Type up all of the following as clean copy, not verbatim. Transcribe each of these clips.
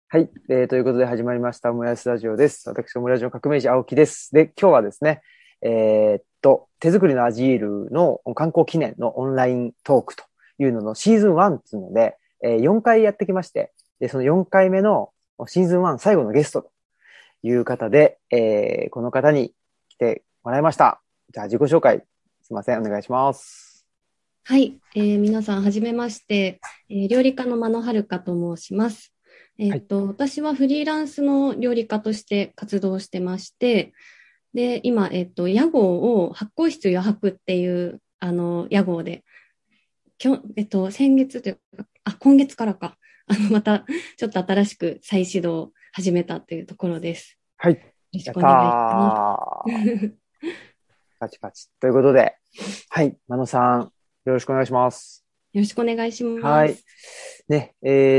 はい、ということで始まりましたオムライスラジオです。私、オムラジオ革命児青木です。で、今日はですね、手作りのアジールの観光記念のオンライントークというののシーズン1っていうので、4回やってきまして、で、その4回目のシーズン1最後のゲストという方で、この方に来てもらいました。じゃあ自己紹介、すいません、お願いします。 はい、皆さん、はじめまして、料理家の間野遥と申します。 はい。 私はフリーランスの料理家として活動してまして、で、今、屋号を発酵室余白っていう、屋号で、先月というか、今月からか、また、ちょっと新しく再始動を始めたというところです。 はい。 よろしやったくお願いします。 ー。パチパチ。ということで、はい、真野さん、よろしくお願いします。 よろしくお願いしはい。 ます。 ね、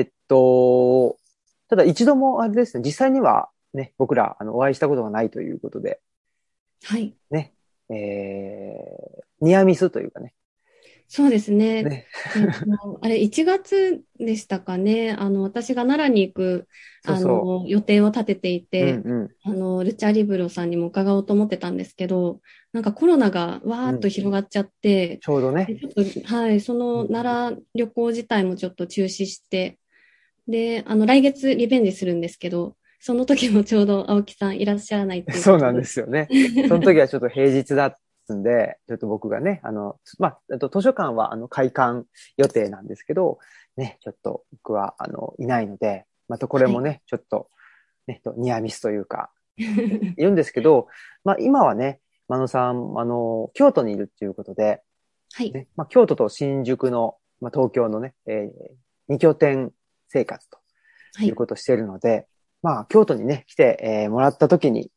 ただ一度もあれですね、実際にはね、僕ら、お会いしたことがないということで、 はい。 ね、ニアミスというかね、 そうですね。 ね、 あれ、1月でしたかね。私が奈良に行く、 そうそ予定を立てていう、うて、 んうん、 ルチャリブロさんにも伺おうと思ってたんですけど、なんかコロナがわーっとうん、 広がっちゃって、 ちょうどね、 でちょっと、はい、そのうん、 奈良旅行自体もちょっと中止して、で、来月リベンジするんですけど、その時もちょうど青木さんいらっしゃらないっていうそうなんでことで。 すよね。その時はちょっと平日だったんで、ちょっと僕がね、図書館は開館予定なんですけど、ね、ちょっと僕はいないので、またこれはい。 もね、ちょっとね、ニアミスというか、いるんですけど、まあ今はね、真野さん、京都にいるっていうことで、 はい。 ね、まあ京都と新宿の、まあ東京のね、二拠点生活とはい。 いうことをしているので、まあ京都にね、来て、もらった時に、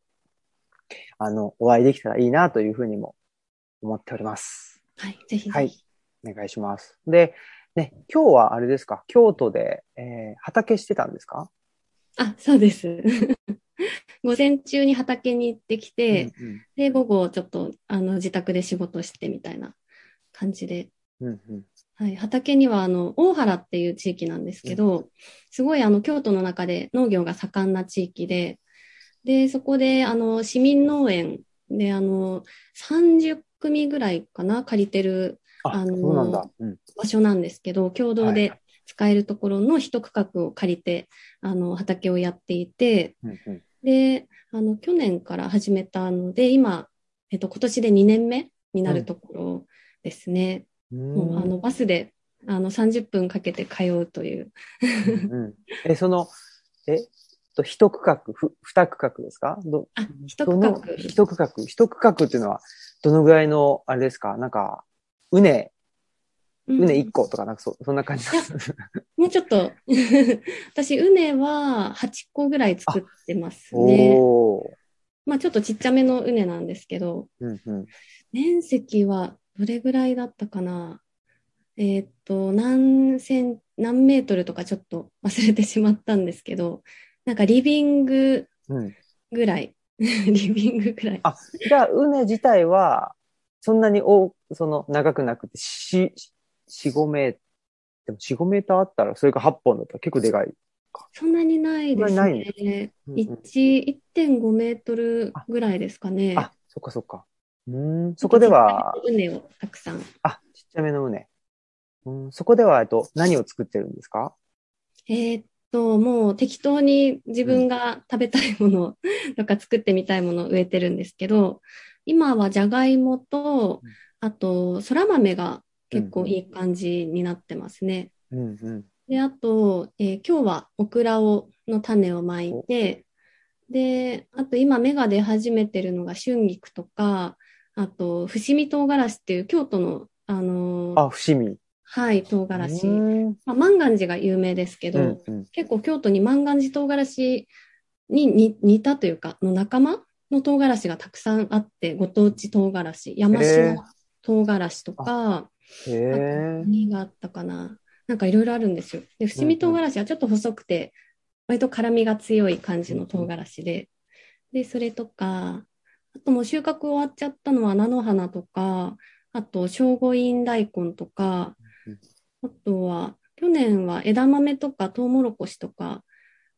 お会いできたらいいなというふうにも思っております。 はい。ぜひはい。 ぜひ。 お願いします。で、ね、今日はあれですか、京都で、畑してたんですか？ そうです。午前中に畑に行ってきて、 うんうん。 で、午後ちょっと自宅で仕事してみたいな感じで、 うんうん。 はい、畑には大原っていう地域なんですうんけど、すごい京都の中で農業が盛んな地域で、で、そこで市民農園で30組ぐらいかな、借りてるあ、そうなんだ。うん。 場所なんですけど、共同はい。 で使えるところの一区画を借りて畑をやっていて、 うんうん。 で、去年から始めたので、今、今年で2年目になるうん。 ところですね。 うもう、 ーん。 バスで、30分かけて通うという。 うんうん。一区画、二区画ですか？ 一区画。 どの、一区画っていうのは、どのぐらいの、あれですか？なんか、うね、うね一うん。 個とか、なんかそんな感じなんいや、 です。 もうちょっと私、畝は8個ぐらい作あ、 ってますね。 おー。 まあ、ちょっとちっちゃめの畝なんですけど、 うんうん。 面積はどれぐらいだったかな。何メートルとかちょっと忘れてしまったんですけど、なんかリビングうん。 ぐらい。リビングぐらい。 あ、じゃあ、うね自体は、そんなに長くなくて、5メートル、でも4、5メーターあったら、それが8本だったら結構でかいか。 そんなにないそんなにですないんですか？ ね。 うんうん。 1.5メートルあ、 ぐらいですかね。 そっかそっか。そこでちょっとちっちゃは、 めの畝をたくさん。 ちっちゃめのうね。そこでは、何を作ってるんですか？ もう適当に自うん。 分が食べたいものとか作ってみたいものを植えてるんですけど、今はじゃがいもと、あと、そら豆がうん、うん、 結構いい感じになってますね。 うん、うん。 で、あと、今日はオクラの種をまいお、 て、で、あと今芽が出始めてるのが春菊とか、あと伏見唐辛子っていう京都の、 伏見。 はい、唐う辛子。 ーん。 まあ、万願寺が有名ですけうん、 ど、 うん。 結構京都に万願寺唐辛子に似たというか、の仲間の唐辛子がたくさんあって、ご当地唐辛子、 へ山城え。 唐辛子とあ、 か、 へあとえ。 何があったかな。なんかいろいろあるんですよ。で、 うん、 伏見うん、 唐辛子はちょっと細くて、割と辛みが強い感うん、うん。 じの唐辛子で、で、それとか、あともう収穫終わっちゃったのは菜の花とか、あと聖護院大根とか、 うん、 あとは去年は枝豆とかトウモロコシとか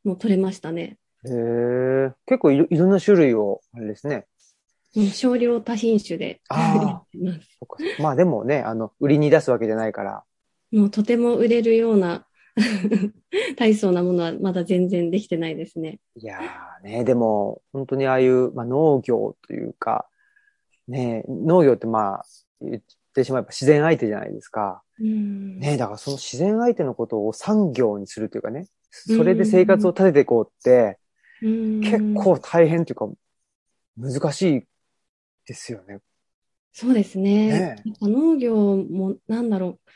もう取れましたね。 へえ。結構いろんな種類を、あれですね。 もう少量多品種でやっああ、 てます。 そっか。まあでもね、売りに出すわけじゃないから。 もうとても売れるような大層なものはまだ全然できてないですね。 いやーね、でも、本当にああいう、まあ、農業というか、ね、農業ってまあ、言ってしまえば自然相手じゃないですか。 うん。 ね、だからその自然相手のことを産業にするというかね、 うそれで生活をん。 立てていこうって、 うん。 結構大変というか、難しいですよね。 そうですね。 ねやっぱ農業も、なんだろう、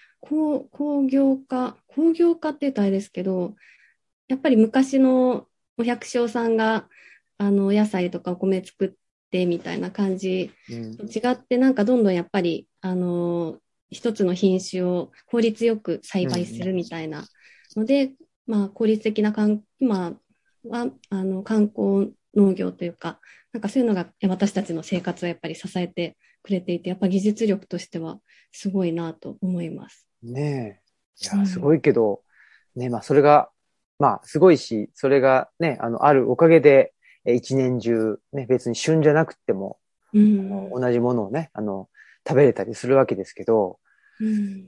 工業化って言ったらあれですけど、やっぱり昔のお百姓さんが、野菜とかお米作ってみたいな感じうん。 と違って、なんかどんどんやっぱり、一つの品種を効率よく栽うん。 培するみたいなので、まあ、効率的な今は、観光農業というか、なんかそういうのが私たちの生活をやっぱり支えてくれていて、やっぱ技術力としてはすごいなと思います。 ねえ。いや、すうん。 ごいけど、ね、まあ、それが、まあ、すごいし、それがね、あるおかげで、一年中、ね、別に旬じゃなくても、 うん。 同じものをね、食べれたりするわけですけど、 うん。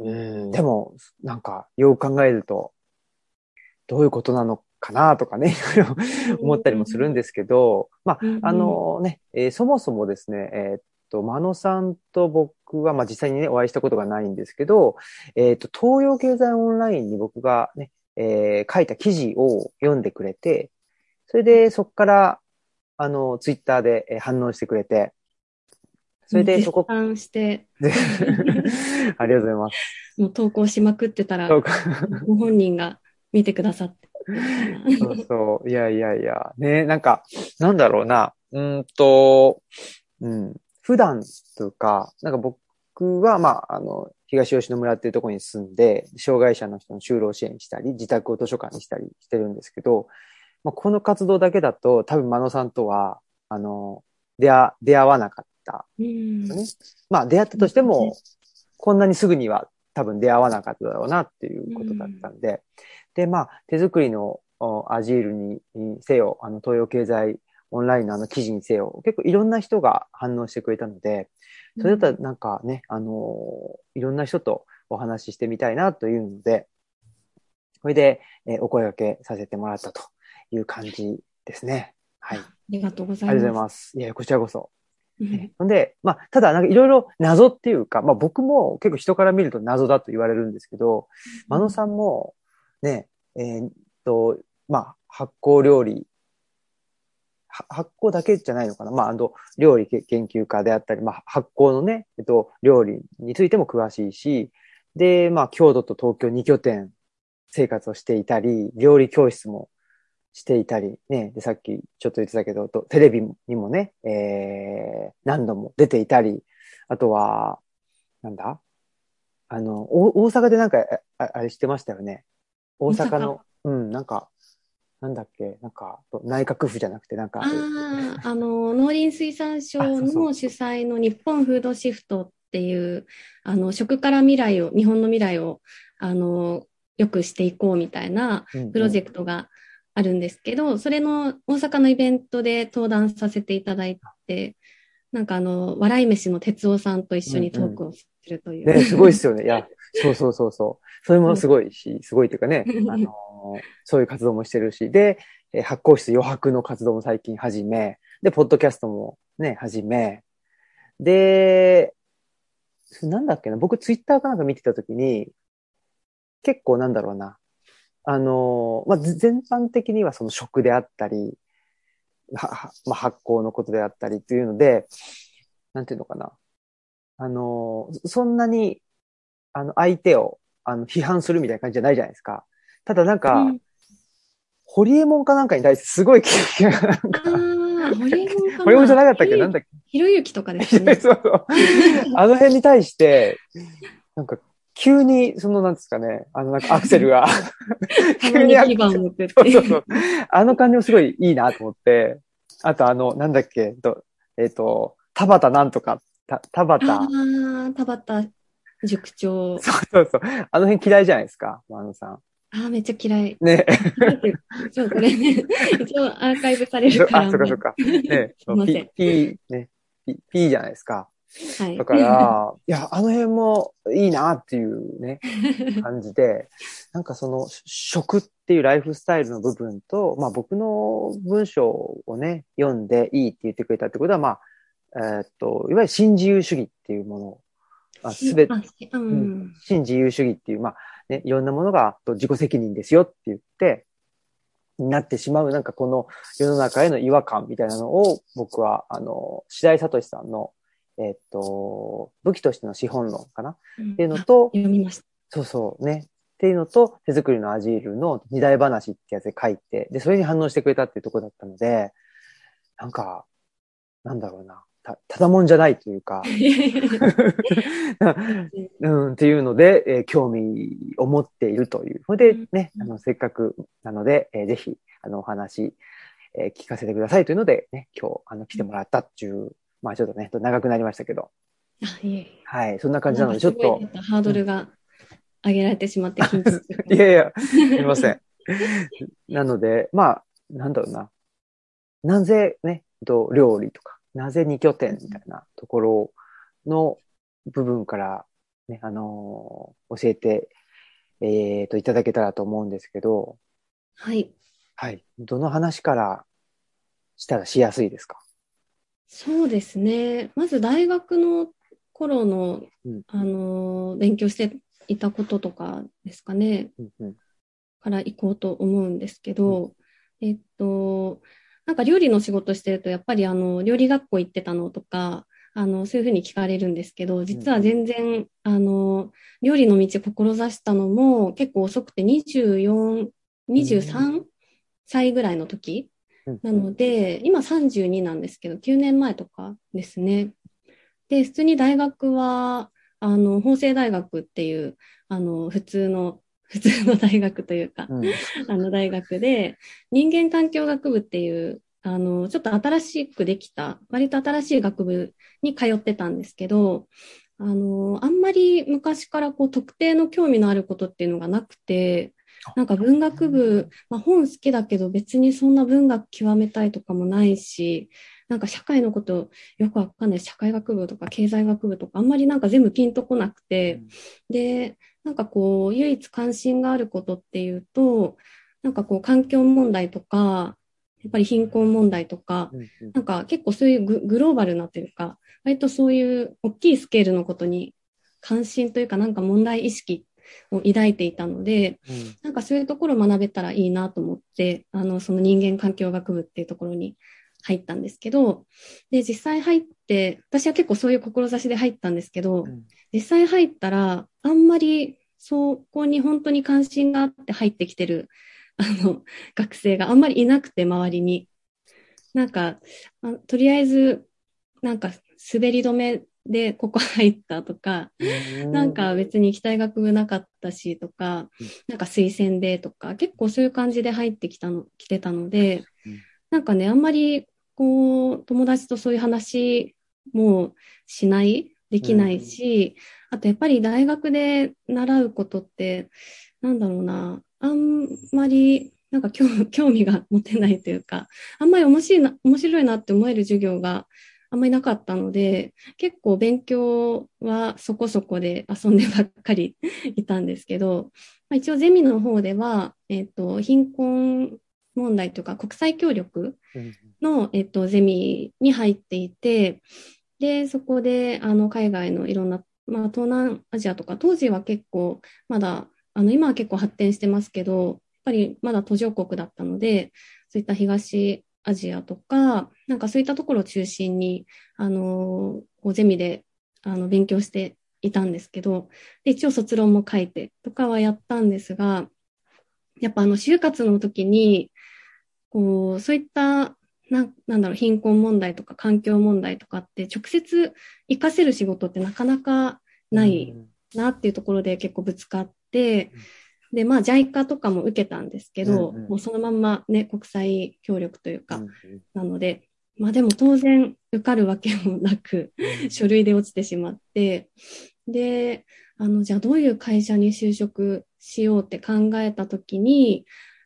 でも、なんか、よく考えると、どういうことなのかなとかね、いろいろ思ったりもするんですけど、まうん。 あ、 うん。 ね、そもそもですね、真野さんと僕は、まあ実際にね、お会いしたことがないんですけど、東洋経済オンラインに僕がね、書いた記事を読んでくれて、それでそこから、ツイッターで反応してくれて、それもう絶でそこ、 賛してでありがとうございます。 もう投稿しまくってたら、 そうか。 ご本人が見てくださってみたいな。 そうそう。いやいやいや。ね、なんか、なんだろうな。うん。普段というか、なんか僕は、まあ、東吉野村っていうところに住んで、障害者の人の就労支援したり、自宅を図書館にしたりしてるんですけど、まあ、この活動だけだと、多分、真野さんとは、出会わなかったうですね。 ん。 まあ、出会ったとしても、 そうですこんなにすぐには多分出会わなかっただろうなっていううことだったん。 んで、で、まあ、手作りのアジールにせよ、東洋経済オンラインの記事にせよ、結構いろんな人が反応してくれたので、それだったらなんかね、いろんな人とお話ししてみたいなというので、それで、お声掛けさせてもらったという感じですね。はい。 ありがとうござありがとういます。 ございます。いや、こちらこそ。ね、 うん。 ほんで、まあ、ただ、なんかいろいろ謎っていうか、まあ僕も結構人から見ると謎だと言われるんですけど、真野さんも、ね、えーっと、まあ、発酵料理、発酵だけじゃないのかな。まあ、料理研究家であったり、まあ、発酵のね、料理についても詳しいし、で、まあ、京都と東京2拠点生活をしていたり、料理教室もしていたり、ね、で、さっきちょっと言ってたけど、テレビにもね、何度も出ていたり、あとは、なんだ大阪でなんか、あれしてましたよね。大大阪。 阪の、うん、なんか、なんだっけ、なんか、内閣府じゃなくて、なんか、 農林水産あ、 省そうその主催の日本フードシフトっていう、食から未来を、日本の未来を、良くしていこうみたいなう。うんプロジェうん。 クトがあるんですけど、それの大阪のイベントで登壇させていただいて、なんか笑い飯の哲夫さんと一緒にうんうん。 トークをするといね、すごいっう。 すよね。いや、そうそうそうそう。それもすごいし、すごいっていうかね、そういう活動もしてるし、で、発酵室余白の活動も最近始め、で、ポッドキャストもね、始め、で、なんだっけな、僕ツイッターかなんか見てたときに、結構なんだろうな、まあ、全般的にはその食であったり、まあ、発酵のことであったりっていうので、なんていうのかな、そんなに、相手を、批判するみたいな感じじゃないじゃないですか。ただなんか、 うん。 ホリエモンかなんかに対してすごい気が、なんか、 ああ、ホリエモンかホリエモンじゃな。 なかったっけなんだっひろゆきとかですけかね。 そうそう。あの辺に対して、なんか、急に、なんですかね、なんかアクセルが急に鼻に牙を向くっそうそうそう。 ていう。 あの感じもすごいいいなと思って、あとなんだっけ、田畑なんとか、田あ畑、 あ、田畑塾長。 そうそうそう。あの辺嫌いじゃないですか、真野さん。 ああ、めっちゃ嫌い。 ね。 そう、これね、一応アーカイブされるからあ、 あんまり。 そっかそっか。ね、 すいません。 ね、P じゃないですか。 はい。 だから、いや、あの辺もいいなっていうね、感じで、なんかその食っていうライフスタイルの部分と、まあ僕の文章をね、読んでいいって言ってくれたってことは、まあ、いわゆる新自由主義っていうものを、すべ、 ううん、 ん。 新自由主義っていう、まあね、いろんなものが自己責任ですよって言って、なってしまう、なんかこの世の中への違和感みたいなのを、僕は、白井聡さんの、武器としての資本論かなっていうのあ、 と、 読みました。 そうそうね。っていうのと、手作りのアジールの二大話ってやつで書いて、で、それに反応してくれたっていうところだったので、なんか、なんだろうな。ただもんじゃないというか、うん、っていうので、興味を持っているというので、ね、せっかくなので、ぜひ、お話、聞かせてくださいというので、ね、今日、来てもらったっていう、まあちょっとね、長くなりましたけど、 あ、いえ。 はい、そんな感じなので、ちょなんかすごい、ちっと、 ょっとハードうん、 ルが上げられてしまって緊張しています。 やいや、すみません。なので、まあ、なんだろうな。なぜね、料理とか、なぜ二拠点みたいなところの部分からね、教えて、いただけたらと思うんですけど、 はい。 はい。どの話からしたらしやすいですか？ そうですね。まず大学の頃の、 うん、 勉強していたこととかですかね。 うん、うん、 から行こうと思うんですけうん、 ど、えっと、なんか料理の仕事してると、やっぱり料理学校行ってたのとか、そういうふうに聞かれるんですけど、 うん、 実は全然、料理の道志したのも結構遅くて24、 うん、 23歳ぐらいの時うん、 なうん、 ので、今32なんですけど、9年前とかですね。で、普通に大学は、法政大学っていう、普通の大学というか、 うん、 大学で、人間環境学部っていう、ちょっと新しくできた、割と新しい学部に通ってたんですけど、あんまり昔からこう特定の興味のあることっていうのがなくて、なんか文学部、まあ、本好きだけど別にそんな文学極めたいとかもないし、なんか社会のことよくわかんない社会学部とか経済学部とかあんまりなんか全部ピンとこなくて、で、なんかこう唯一関心があることっていうと、なんかこう環境問題とか、やっぱり貧困問題とか、 うん、うん、 なんか結構そういうグローバルなというか、割とそういう大きいスケールのことに関心というかなんか問題意識を抱いていたので、 うん、 なんかそういうところを学べたらいいなと思って、その人間環境学部っていうところに入ったんですけど、で、実際入って、私は結構そういう志で入ったんですけど、実際入ったら、あんまりそこに本当に関心があって入ってきてる、学生があんまりいなくて、周りに。なんか、とりあえず、なんか、滑り止めでここ入ったとか、 うん、 なんか別に行きたい学部なかったしとか、なんか推薦でとか、結構そういう感じで入ってきてたので、なんかね、あんまり、こう、友達とそういう話もしない、できないし、あとやっぱり大学で習うことって、なんだろうな、あんまり、なんか興味が持てないというか、あんまり面白いなって思える授業があんまりなかったので、結構勉強はそこそこで遊んでばっかりいたんですけど、まあ、一応ゼミの方では、貧困問題というか国際協力うん、 の、ゼミに入っていて、で、そこで、海外のいろんな、まあ、東南アジアとか、当時は結構、まだ、今は結構発展してますけど、やっぱりまだ途上国だったので、そういった東アジアとか、なんかそういったところを中心に、こうゼミで、勉強していたんですけど、で、一応卒論も書いてとかはやったんですが、やっぱ就活の時に、こう、そういったなんだろう、貧困問題とか環境問題とかって直接活かせる仕事ってなかなかないなっていうところで結構ぶつかって、で、まあ JICA とかも受けたんですけど、もうそのまんまね、国際協力というか、なので、まあでも当然受かるわけもなく、書類で落ちてしまって、で、じゃあどういう会社に就職しようって考えたときに、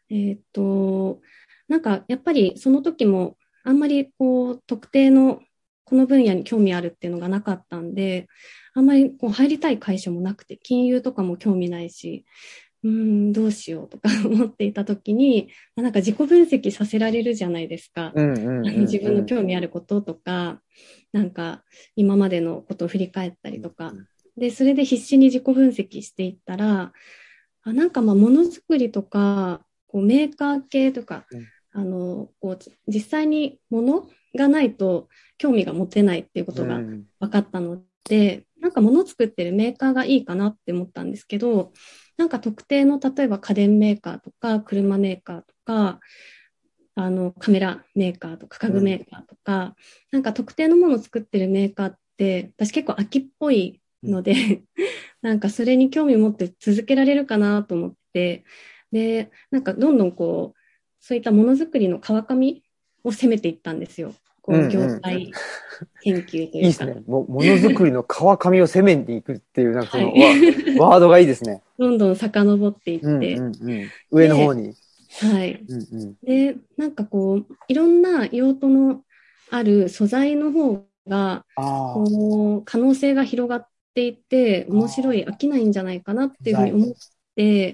なんかやっぱりその時もあんまりこう特定のこの分野に興味あるっていうのがなかったんで、あんまりこう入りたい会社もなくて、金融とかも興味ないし、どうしようとか思っていたときに、なんか自己分析させられるじゃないですか。自分の興味あることとか、なんか今までのことを振り返ったりとか。で、それで必死に自己分析していったら、なんかまあものづくりとか、こうメーカー系とか、こう実際にものがないと興味が持てないっていうことが分かったので、なんかもの作ってるメーカーがいいかなって思ったんですけど、なんか特定の例えば家電メーカーとか車メーカーとかカメラメーカーとか家具メーカーとか、なんか特定のものを作ってるメーカーって私結構秋っぽいのでなんかそれに興味を持って続けられるかなと思って、でなんかどんどんこうそういったものづくりの川上を攻めていったんですよ。こう業界研究というか。 いいですね。ものづくりの川上を攻めに行くっていう、なんかそのワードがいいですね。 どんどん遡っていって。 上の方に。 はい。で、なんかこう、いろんな用途のある素材の方が、こう、可能性が広がっていて、面白い、飽きないんじゃないかなっていうふうに思って、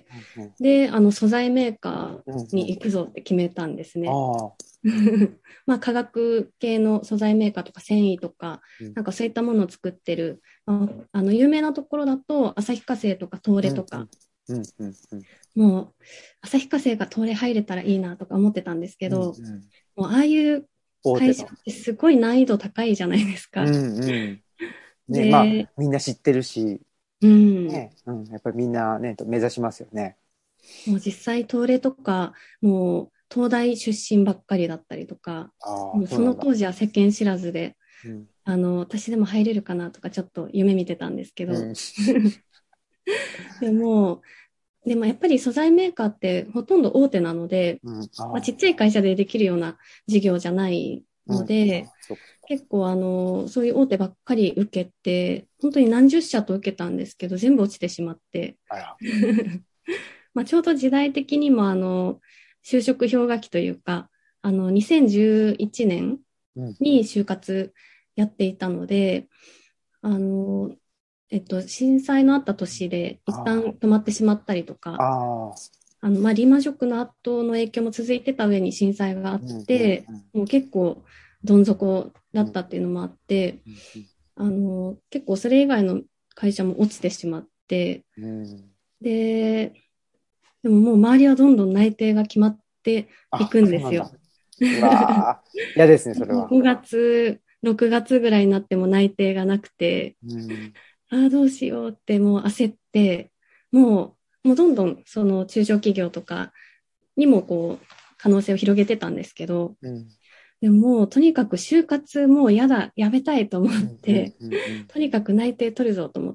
で、素材メーカーに行くぞって決めたんですね。まあ、化学系の素材メーカーとか繊維とか、なんかそういったものを作ってる、有名なところだと、旭化成とか東レとか、もう、旭化成が東レ入れたらいいなとか思ってたんですけど、もうああいう会社ってすごい難易度高いじゃないですか。 ね、まあ、みんな知ってるし、ね、やっぱりみんなね、目指しますよね。 もう実際東レとか、もう東大出身ばっかりだったりとか、もうその当時は世間知らずで、私でも入れるかなとかちょっと夢見てたんですけど、でもやっぱり素材メーカーってほとんど大手なので、まあ、ちっちゃい会社でできるような事業じゃないので、結構そういう大手ばっかり受けて、本当に何十社と受けたんですけど、全部落ちてしまって、まあちょうど時代的にも就職氷河期というか、2011年に就活やっていたので、震災のあった年で一旦止まってしまったりとか、まあ、リーマンショックの後の影響も続いてた上に震災があって、もう結構どん底だったっていうのもあって、結構それ以外の会社も落ちてしまって、でももう周りはどんどん内定が決まっていくんですよ。 嫌ですね、それは。 5月、6月ぐらいになっても内定がなくて、どうしようってもう焦って、もうどんどんその中小企業とかにもこう可能性を広げてたんですけど、でももうとにかく就活もうやめたいと思って、とにかく内定取るぞと思って、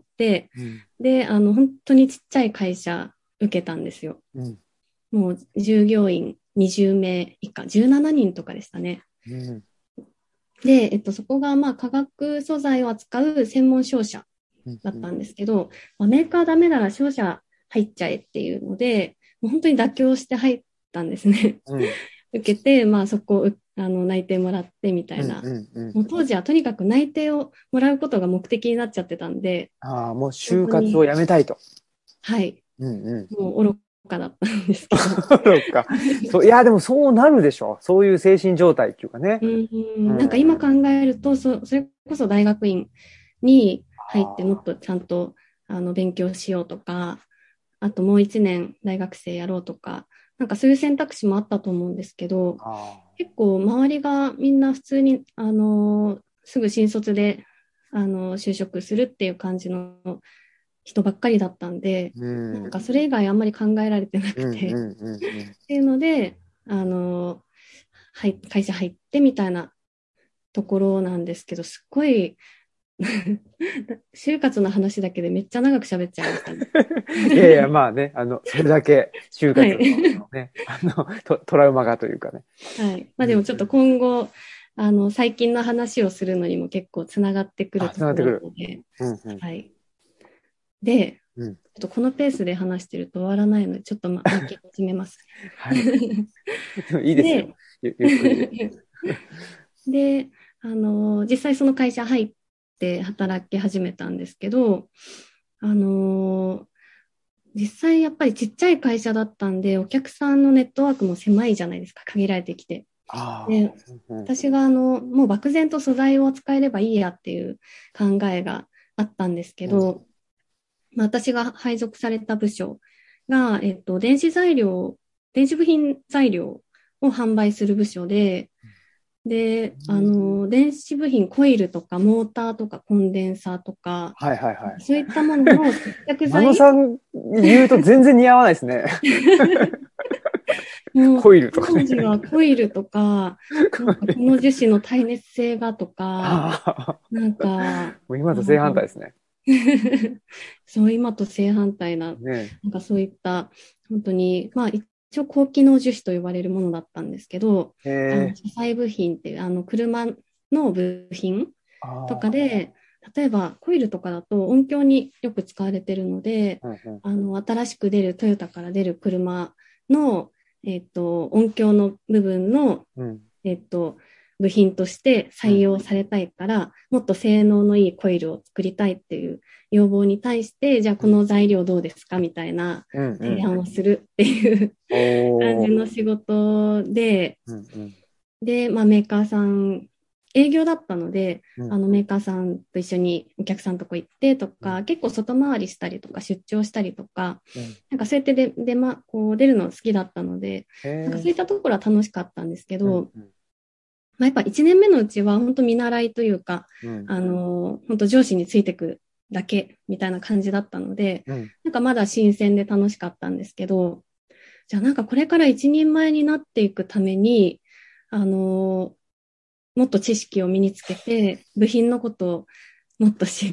で、本当にちっちゃい会社受けたんですよ。もう従業員20名以下、17人とかでしたね。で、そこがまあ化学素材を扱う専門商社だったんですけど、メーカーダメなら商社入っちゃえっていうので、もう本当に妥協して入ったんですね。受けて、まあそこ内定もらってみたいな。もう当時はとにかく内定をもらうことが目的になっちゃってたんで。 もう就活をやめたいと。 はい。もう愚かだったんですけど。いや、でもそうなるでしょ。そういう精神状態っていうかね。 なんか今考えると、それこそ大学院に入ってもっとちゃんと勉強しようとか、あともう1年大学生やろうとか、なんかそういう選択肢もあったと思うんですけど、結構周りがみんな普通に、すぐ新卒で、就職するっていう感じの人ばっかりだったんで、なんかそれ以外あんまり考えられてなくて、っていうので、会社入ってみたいなところなんですけど、すっごい、就活の話だけでめっちゃ長く喋っちゃいましたね。 いやいや、まあね、それだけ就活のね、トラウマがというかね。 はい。まあでもちょっと今後、最近の話をするのにも結構つながってくるところなので、はい。で、 っとこのペースで話してると終わらないので、ちょっと巻き始めます。 はい。いいですよ。ゆっくりで。 で、実際その会社入って働き始めたんですけど、実際やっぱりちっちゃい会社だったんで、お客さんのネットワークも狭いじゃないですか、限られてきて。で、私がもう漠然と素材を使えればいいやっていう考えがあったんですけど、私が配属された部署が、電子部品材料を販売する部署で、電子部品、コイルとかモーターとかコンデンサーとか、 はいはいはい。 そういったものの接着剤。 真野さん言うと全然似合わないですね。コイルとかね。 当時はコイルとか、なんかこの樹脂の耐熱性がとか、なんか、 もう今と正反対ですね。 そう、今と正反対な、 ね、 なんかそういった、本当に、一応高機能樹脂と呼ばれるものだったんですけど、車載部品っていう、車の部品とかで、例えばコイルとかだと音響によく使われてるので、新しく出るトヨタから出る車の、音響の部分の、部品として採用されたいから、もっと性能のいいコイルを作りたいっていう要望に対して、じゃあこの材料どうですかみたいな提案をするっていう感じの仕事で、で、メーカーさん、営業だったので、メーカーさんと一緒にお客さんとこ行ってとか、結構外回りしたりとか、出張したりとか、なんかそうやってこう出るの好きだったので、なんかそういったところは楽しかったんですけど、やっぱ1年目のうちは本当見習いというか、本当上司についてくだけみたいな感じだったので、なんかまだ新鮮で楽しかったんですけど、じゃあなんかこれから一人前になっていくために、もっと知識を身につけて、部品のことをもっと知って、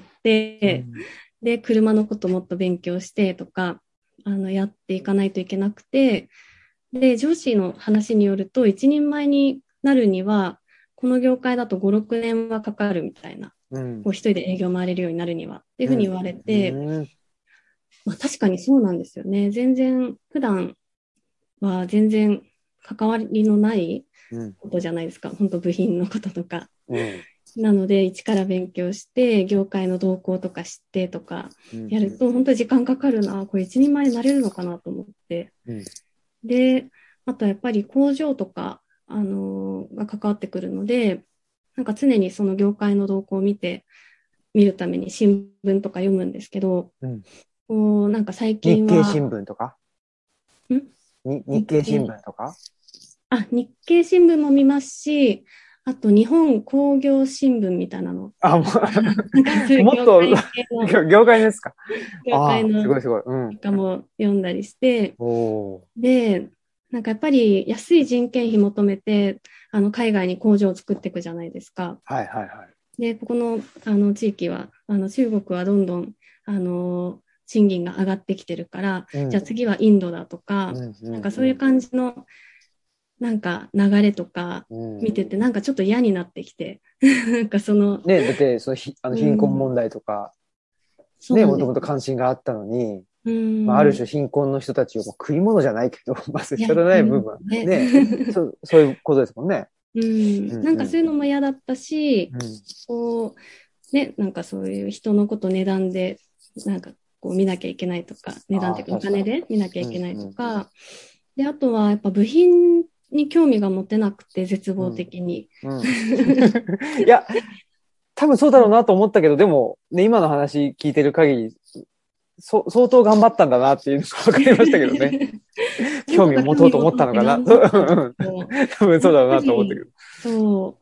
で、車のことをもっと勉強してとか、やっていかないといけなくて、で、上司の話によると、一人前になるには、この業界だと5、6年はかかるみたいな、こう一人で営業回れるようになるにはっていうふうに言われて、確かにそうなんですよね。全然、普段は全然関わりのないことじゃないですか。本当部品のこととか。なので、一から勉強して、業界の動向とか知ってとかやると、本当に時間かかるな、これ一人前になれるのかなと思って。で、あとやっぱり工場とか、が関わってくるので、なんか常にその業界の動向を見るために新聞とか読むんですけど、こうなんか最近は。 日経新聞とか日経新聞とか日経新聞も見ますし、あと日本工業新聞みたいなの。 もっと業界ですか。 業界のすごいすごい。 とかも読んだりして、で、なんかやっぱり安い人件費求めて、海外に工場を作っていくじゃないですか。で、ここの、地域は、中国はどんどん、賃金が上がってきてるから、じゃあ次はインドだとか、なんかそういう感じの、なんか流れとか見てて、なんかちょっと嫌になってきて、なんかその。 ね、だって、貧困問題とか、ね、もともと関心があったのに、ある種貧困の人たちを食い物じゃないけど、仕方ない部分。ね、そういうことですもんね。 なんかそういうのも嫌だったし、こう、ね、なんかそういう人のこと値段で、なんかこう見なきゃいけないとか、値段っていうかお金で見なきゃいけないとか、で、あとはやっぱ部品に興味が持てなくて、絶望的に。 いや、多分そうだろうなと思ったけど、でも、ね、今の話聞いてる限り、相当頑張ったんだなっていうのが分かりましたけどね。興味を持とうと思ったのかな。多分そうだろうなと思ったけど。 そう。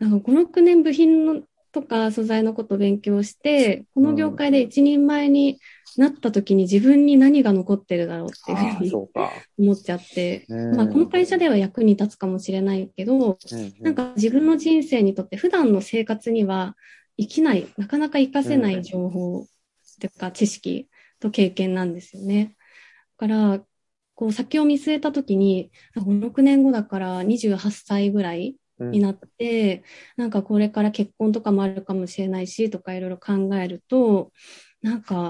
なんか5、6年部品とか素材のことを勉強して、この業界で一人前になった時に自分に何が残ってるだろうっていうふうに思っちゃって、この会社では役に立つかもしれないけど、なんか自分の人生にとって普段の生活には生きない、なかなか活かせない情報というか知識と経験なんですよね。だから、こう先を見据えた時に、5、6年後だから28歳ぐらいになって、なんかこれから結婚とかもあるかもしれないしとかいろいろ考えると、なんか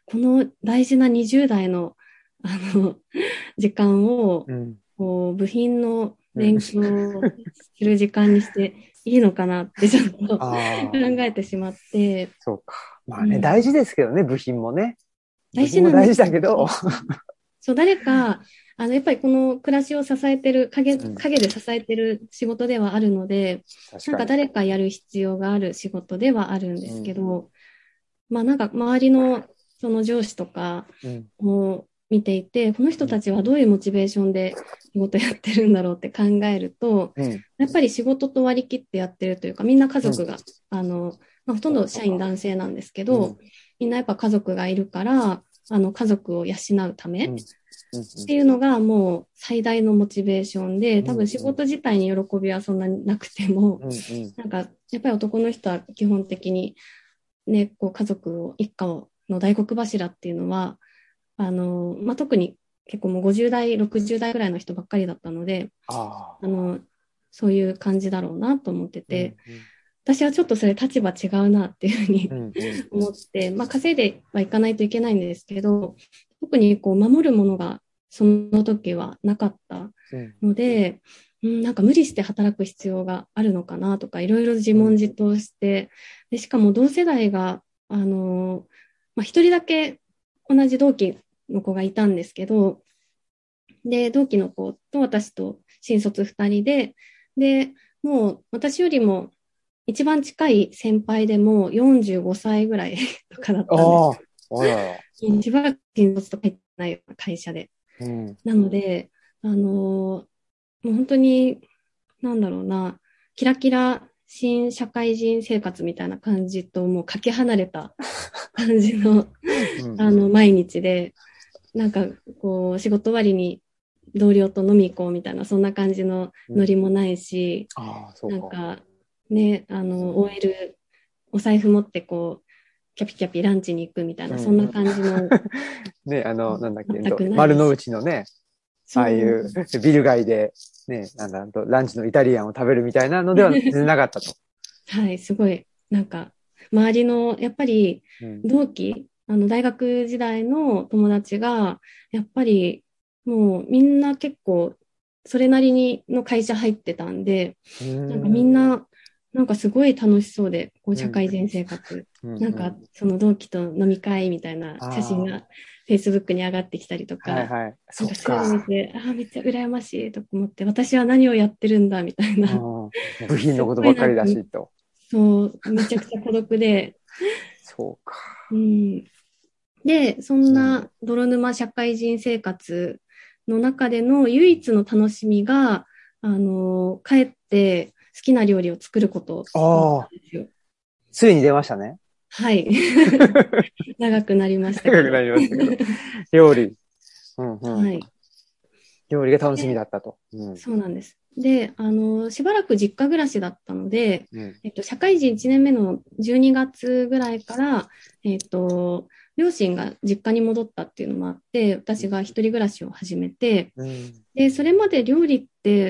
この大事な20代の、時間を、こう、部品の勉強をする時間にしていいのかなってちょっと考えてしまって。 そうか。まあね、大事ですけどね、部品もね。部大事品も大事なんですよね。 だけど。 そう、誰か、やっぱりこの暮らしを支えてる、影で支えてる仕事ではあるので、なんか誰かやる必要がある仕事ではあるんですけど、まあなんか周りのその上司とかを見ていて、この人たちはどういうモチベーションで仕事やってるんだろうって考えると、やっぱり仕事と割り切ってやってるというか、みんな家族が、ほとんど社員男性なんですけど、みんなやっぱ家族がいるから、家族を養うためっていうのがもう最大のモチベーションで、多分仕事自体に喜びはそんなになくても、なんかやっぱり男の人は基本的にね、こう家族を、一家の大黒柱っていうのは、特に結構もう50代、60代ぐらいの人ばっかりだったので、そういう感じだろうなと思ってて、私はちょっとそれ立場違うなっていうふうに思って、稼いではいかないといけないんですけど、特にこう守るものがその時はなかったので、なんか無理して働く必要があるのかなとか、いろいろ自問自答して、でしかも同世代が、一人だけ同じ同期の子がいたんですけど、で、同期の子と私と新卒2人で、もう私よりも一番近い先輩でも45歳ぐらいとかだったんですよ。しばらく新卒とか入ってない会社で。なので、もう本当に、なんだろうな、キラキラ新社会人生活みたいな感じともうかけ離れた感じの毎日で、なんかこう仕事終わりに同僚と飲み行こうみたいな、そんな感じのノリもないし、なんかね、OL、お財布持ってこう、キャピキャピランチに行くみたいな、そんな感じの。 ね、なんだっけ、丸の内のね、ああいうビル街で、ね、ランチのイタリアンを食べるみたいなのでは全然なかったと。 はい、すごい、なんか、周りの、やっぱり、同期、大学時代の友達が、やっぱり、もうみんな結構、それなりにの会社入ってたんで、なんかみんな、なんかすごい楽しそうで、こう社会人生活、なんかその同期と飲み会みたいな写真が Facebook に上がってきたりとか、なんかそういうの見て、めっちゃ羨ましいと思って、私は何をやってるんだみたいな。 部品のことばっかりだしと。 そう、めちゃくちゃ孤独で。 そうか。 で、そんな泥沼社会人生活の中での唯一の楽しみが、帰って好きな料理を作ることなんですよ。 ついに出ましたね。 はい。長くなりましたけど。 長くなりましたけど。料理。 はい。 料理が楽しみだったと。 そうなんです。で、しばらく実家暮らしだったので、社会人1年目の12月ぐらいから、両親が実家に戻ったっていうのもあって、私が一人暮らしを始めて、で、それまで料理って、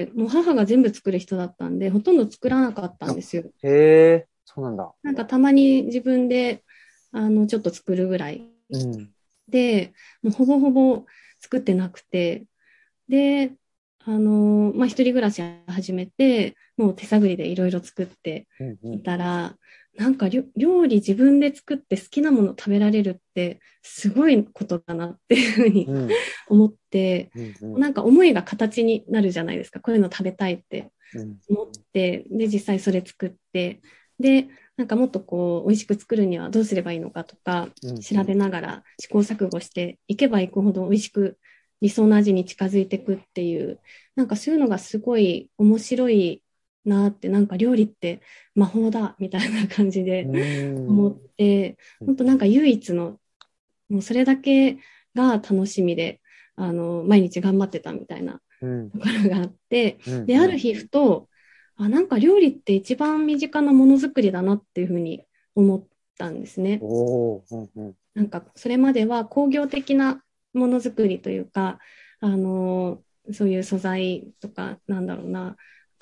もう母が全部作る人だったんで、ほとんど作らなかったんですよ。 へえ、そうなんだ。 なんかたまに自分で、ちょっと作るぐらい。で、もうほぼほぼ作ってなくて、で、一人暮らし始めて、もう手探りでいろいろ作っていたら、なんか料理自分で作って好きなもの食べられるってすごいことだなっていうふうに思って、なんか思いが形になるじゃないですか。こういうの食べたいって思って、で、実際それ作って、で、なんかもっとこう、美味しく作るにはどうすればいいのかとか、調べながら試行錯誤していけばいくほど美味しく理想の味に近づいていくっていう、なんかそういうのがすごい面白いなって、なんか料理って魔法だみたいな感じで思って、本当なんか唯一の、もうそれだけが楽しみで、毎日頑張ってたみたいなところがあって、で、ある日ふと、なんか料理って一番身近なものづくりだなっていうふうに思ったんですね。なんかそれまでは工業的なものづくりというか、そういう素材とか、なんだろうな、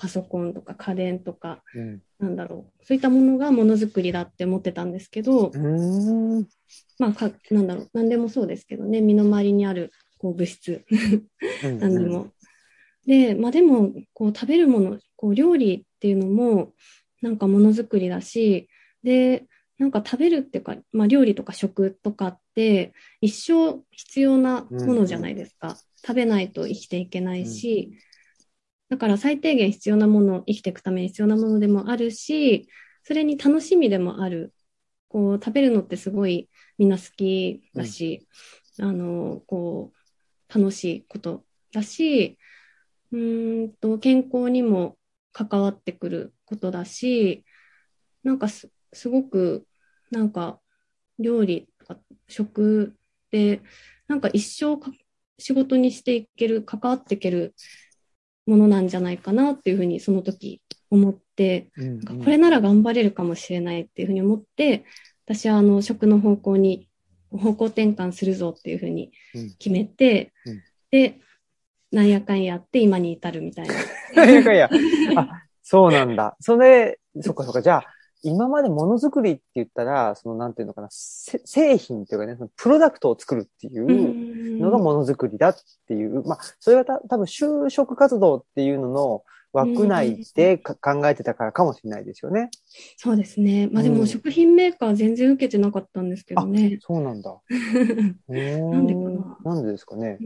パソコンとか家電とか、 うん。 なんだろう、そういったものがものづくりだって思ってたんですけど、 ん。 まあなんだろう、何でもそうですけどね、身の回りにあるこう物質、 うん。うん。 何でも。で、まあでも、こう食べるもの、こう料理っていうのも、なんかものづくりだし、で、なんか食べるっていうか、まあ料理とか食とかって、一生必要なうん。 ものじゃないですか。食べないと生きていけないうん。 し、だから最低限必要なもの、生きていくために必要なものでもあるし、それに楽しみでもある。こう食べるのってすごいみんな好きうん。 だし、こう楽しいことだし、健康にも関わってくることだし、なんかすごく、なんか料理とか食で、なんか一生仕事にしていける、関わっていけるものなんじゃないかなっていうふうにその時思って、 うん。うなんかこん。 れなら頑張れるかもしれないっていうふうに思って、私は食の方向に方向転換するぞっていうふうにうん。 決めて、 うん。 で、なんやかんやって今に至るみたいな。 いやいやいや。あ、そうなんだ。それ、そっかそっか。じゃあ、今までものづくりって言ったら、その、なんていうのかな、製品っていうかね、そのプロダクトを作るっていううのがん、 ものづくりだっていう、まあ、それは多分就職活動っていうののう枠内ん、 で考えてたからかもしれないですよね。 そうですね。まあでもうん。 食品メーカー全然受けてなかったんですけどあ、 ね。 そうなんだ。うなんでかーん。 な。 なんでですかね。 うん、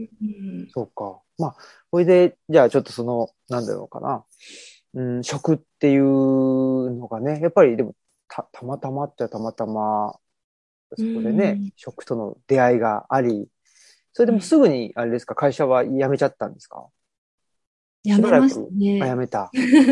そうか。まあ、これで、じゃあちょっとその、なんだろうかな。うん、食っていうのがね、やっぱりでも、たまたまっちゃたまたま、 うそこでね、 ん、 食との出会いがあり、それでもうん。 すぐに、あれですか、会社は辞めちゃったんですか？しばやめましたらく、辞ね。 めた。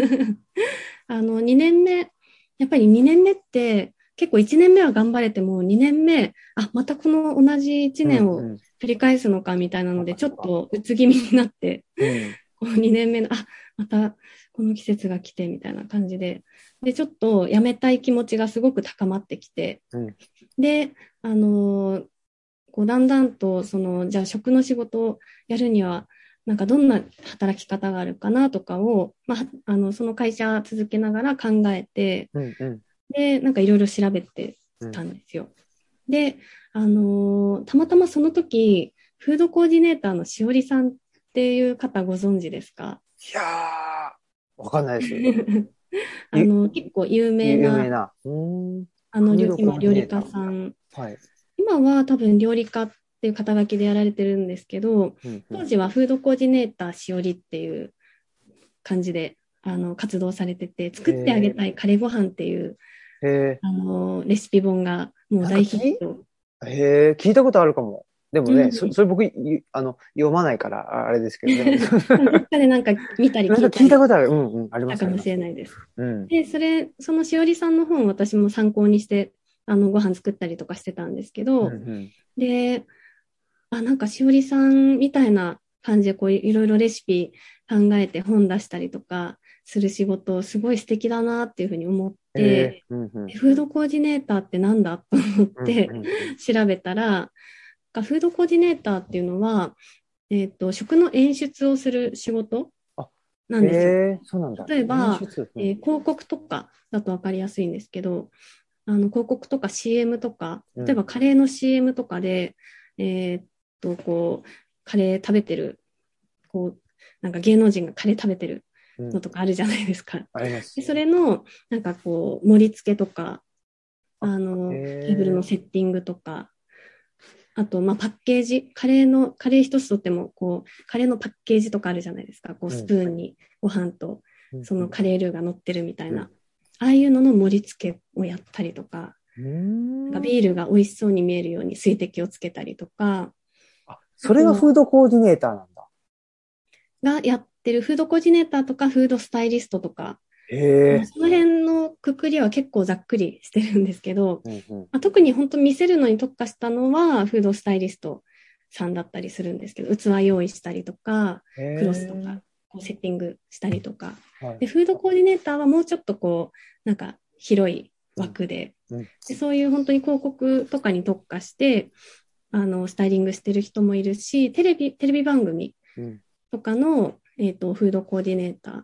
2年目、やっぱり2年目って、結構1年目は頑張れても、2年目、あ、またこの同じ1 うん、 年をうん。 繰り返すのかみたいなので、ちょっそっかそっか。 とうつ気味になって、 うん、 こう2年目の、あ、またこの季節が来てみたいな感じで、で、ちょっとやめたい気持ちがすごく高まってきて、 うん、 で、あのーこうだんだんと、じゃあ食の仕事をやるには、なんかどんな働き方があるかなとかを、まあ、その会社続けながら考えて、 うん、うん、 で、なんかいろいろ調べてうん。 たんですよ。で、たまたまその時、フードコーディネーターのしおりさんっていう方ご存知ですか？ いやー、わかんないです。 結構有名な、 有名な。フードコ今、 ーディ料理ネーター。 家さん、 はい。 今は多分料理家っていう肩書きでやられてるんですけど、 うん、うん。 当時はフードコーディネーターしおりっていう感じで、活動されてて、作ってあげへたいカレーご飯っていう、 え、へえ、 レシピ本がもうなんか大ヒット。 へえ、聞いたことあるかも。でもね、 うん、 それ僕、読まないから、あれですけどね。 どっかでなんか見たりなんか聞いたり聞いたことある。うんうん、あります、 したかもしあります。 れないです。 うん。 で、そのしおりさんの本を私も参考にして、ご飯作ったりとかしてたんですけうん、 ど、 うん。 で、なんかしおりさんみたいな感じでこういろいろレシピ考えて本出したりとかする仕事すごい素敵だなっていうふうに思っへえ、 て、 うん、うん。 フードコーディネーターってなんだと思っうん、 てうん、うん。 調べたら、フードコーディネーターっていうのは、食の演出をする仕事あ、へなんですよ。 え、そうなんだ。 例えば、 演出。うん。 広告とかだと分かりやすいんですけど、広告とか CM とか、 うん。 例えばカレーの CM とかで、こう、カレー食べてる、こう、なんか芸能人がカレー食べてるうん。 のとかあるじゃないですか。 ありまで、 す。 それの、なんかこう、盛り付けとか、 あ、へテーブルのえ。 セッティングとか、あと、まあ、パッケージ、カレー一つとっても、こう、カレーのパッケージとかあるじゃないですか。こう、スうん。 プーンにご飯と、 うん、 そうん。 のカレールーが乗ってるみたいうん。 な。ああいうのの盛り付けをやったりとか、 うーなんかん。 ビールが美味しそうに見えるように水滴をつけたりとか、 あ、 あとは、 それがフードコーディネーターなんだ。 がやってるフードコーディネーターとかフードスタイリストとか、 へえ。 その辺のくくりは結構ざっくりしてるんですけど、 うん、うん。 まあ、特に本当見せるのに特化したのはフードスタイリストさんだったりするんですけど、器用意したりとか、 へクロスとか、 え。 こうセッティングしたりとか。 はい。 で、フードコーディネーターはもうちょっとこう、なんか広いうん、 枠で、 うん。 でそういう本当に広告とかに特化して、スタイリングしてる人もいるし、テレビ番組うん。 とかの、フードコーディネーター、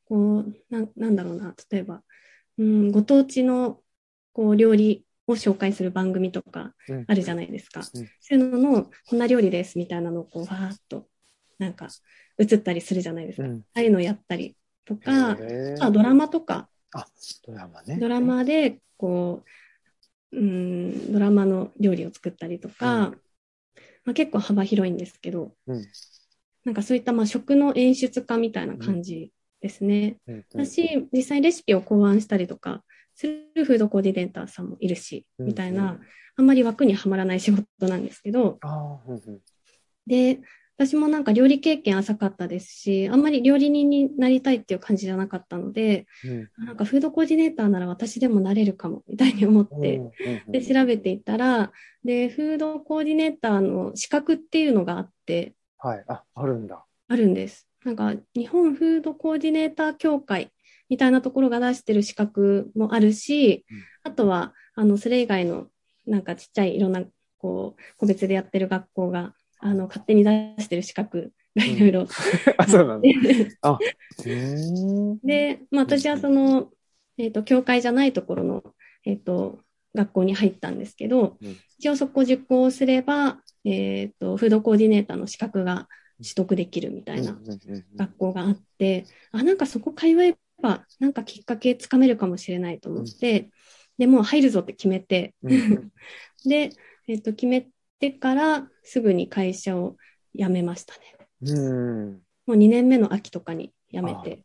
なんだろうな、例えば、ご当地の料理を紹介する番組とかあるじゃないですか。そういうのの、こんな料理ですみたいなのをわーっと、なんか、映ったりするじゃないですか。ああいうのをやったりとか、ドラマとか、 ドラマね。 ドラマで、ドラマの料理を作ったりとか、結構幅広いんですけど、なんかそういった食の演出家みたいな感じですね。私、実際レシピを考案したりとかするフードコーディネーターさんもいるし、みたいな、あんまり枠にはまらない仕事なんですけど、で、私もなんか料理経験浅かったですし、あんまり料理人になりたいっていう感じじゃなかったので、なんかフードコーディネーターなら私でもなれるかも、みたいに思って、で、調べていったら、で、フードコーディネーターの資格っていうのがあって、 あるんだ。 あるんです。なんか、日本フードコーディネーター協会みたいなところが出してる資格もあるし、あとは、それ以外の、なんかちっちゃいいろんな、個別でやってる学校が、勝手に出してる資格がいろいろ。 そうなんだ。 で、私は教会じゃないところの、学校に入ったんですけど、一応そこを受講すれば、フードコーディネーターの資格が取得できるみたいな学校があって、なんかそこ通えば、なんかきっかけつかめるかもしれないと思って、で、もう入るぞって決めて、で、決めてからすぐに会社を辞めましたね。もう2年目の秋とかに辞めて。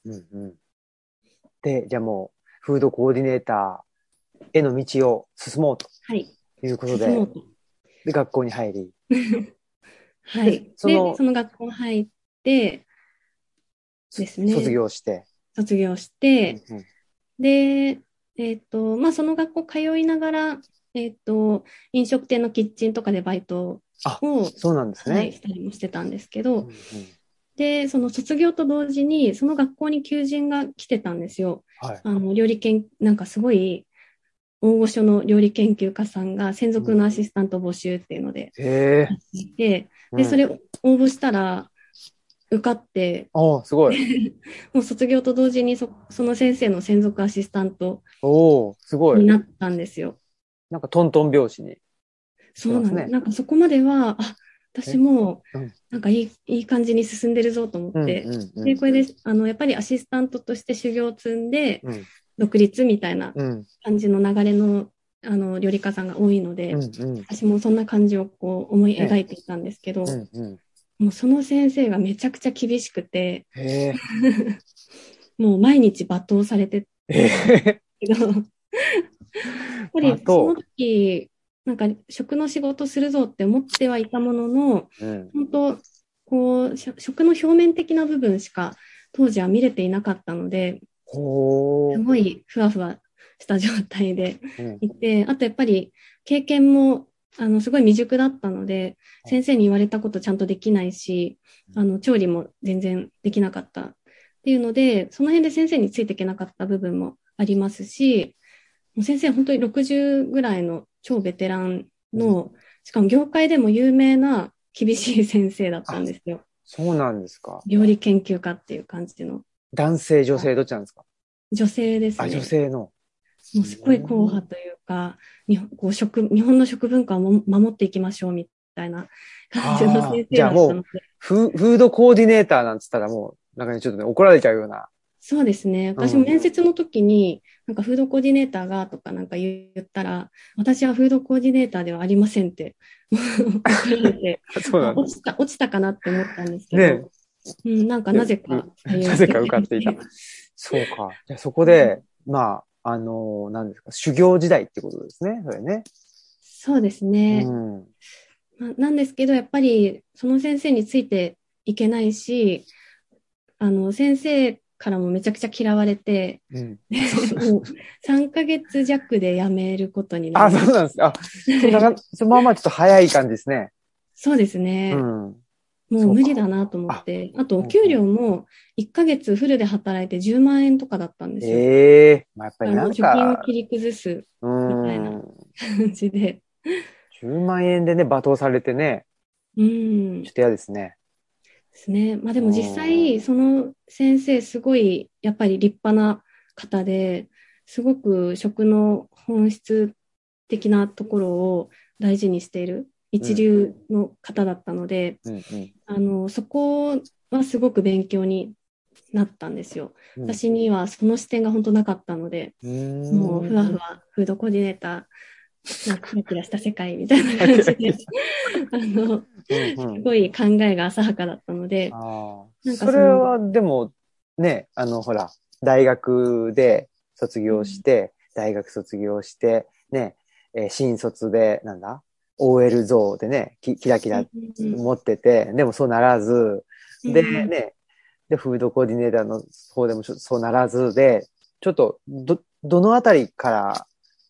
で、じゃあもう、フードコーディネーターへの道を進もうということで、で学校に入り。 はい。で、その学校入ってですね。 卒業して。 で、その学校通いながら、飲食店のキッチンとかでバイトをそうなんですね。 したりもしてたんですけど、で、その卒業と同時に、その学校に求人が来てたんですよ。料理なんかすごい大御所の料理研究家さんが専属のアシスタント募集っていうので、で、それを応募したら、受かって、 すごい。 もう卒業と同時にその先生の専属アシスタントすごいになったんですよ。 なんかトントン拍子に。 そうなんです。なんかそこまでは、私も、なんかいい感じに進んでるぞと思って、で、これで、やっぱりアシスタントとして修行を積んで、独立みたいな感じの流れの、料理家さんが多いので、私もそんな感じを思い描いていたんですけど、もうその先生がめちゃくちゃ厳しくて、もう毎日罵倒されてやっぱりその時、なんか食の仕事するぞって思ってはいたものの、本当、食の表面的な部分しか当時は見れていなかったので、すごいふわふわした状態でいて、あとやっぱり経験もすごい未熟だったので、先生に言われたことちゃんとできないし、調理も全然できなかったっていうので、その辺で先生についていけなかった部分もありますし、先生本当に60ぐらいの超ベテランの、しかも業界でも有名な厳しい先生だったんですよ。 そうなんですか。 料理研究家っていう感じの。 男性、女性、どっちなんですか？ 女性ですね。 女性の。 もうすごい硬派というか、日本の食文化を守っていきましょうみたいな感じの先生だったので。 じゃあもうフードコーディネーターなんつったらもう、なんかね、ちょっとね、怒られちゃうような。 そうですね。私も面接の時に、なんかフードコーディネーターがとかなんか言ったら、私はフードコーディネーターではありませんって怒られて落ちたかなって思ったんですけど、なんかなぜか受かっていた。そうか。じゃあそこで、何ですか、修行時代ってことですね、それね。 そうですね。なんですけど、やっぱりその先生についていけないし、先生からもめちゃくちゃ嫌われて、もう3ヶ月弱で辞めることになりました。 そうなんですか。そのままちょっと早い感じですね。 そうですね。もう無理だなと思って。あと、お給料も1ヶ月フルで働いて10万円とかだったんですよ。 やっぱりなんか。 貯金を切り崩すみたいな感じで。 10万円でね、罵倒されてね。ちょっと嫌ですね。 ですね。まあでも実際、その先生、すごい、やっぱり立派な方で、すごく食の本質的なところを大事にしている一流の方だったので、 うんうんそこはすごく勉強になったんですよ。 うん。 私にはその視点が本当なかったので、もうふわふわフードコーディネーター、なんかキラキラした世界みたいな感じで、すごい考えが浅はかだったので、 ああ、 なんかそれはでもね、ほら、大学で卒業して、大学卒業して、ね、新卒で、なんだ ?OL 像でね、キラキラ持ってて、でもそうならず、でね、で、フードコーディネーターの方でもそうならずで、ちょっと、どのあたりから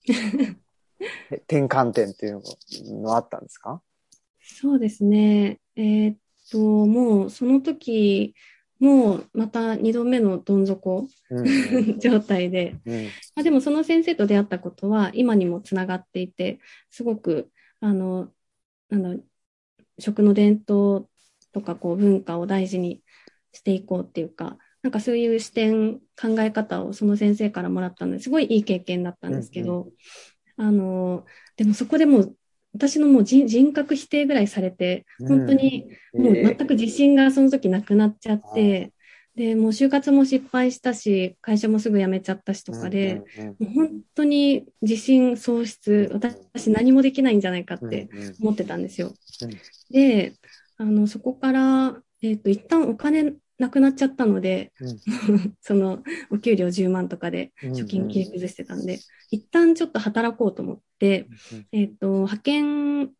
転換点っていうのあったんですか？ そうですね。もうその時、もうまた2度目のどん底状態で、まあ、でもその先生と出会ったことは今にもつながっていて、すごく、なんだろう、食の伝統とかこう文化を大事にしていこうっていうか、なんかそういう視点、考え方をその先生からもらったのですごいいい経験だったんですけど、でもそこでもう私のもう人格否定ぐらいされて、本当にもう全く自信がその時なくなっちゃって、で、もう就活も失敗したし、会社もすぐ辞めちゃったしとかで、もう本当に自信喪失、私何もできないんじゃないかって思ってたんですよ。で、そこから、一旦お金なくなっちゃったので、そのお給料10万とかで貯金切り崩してたんで、一旦ちょっと働こうと思って、派遣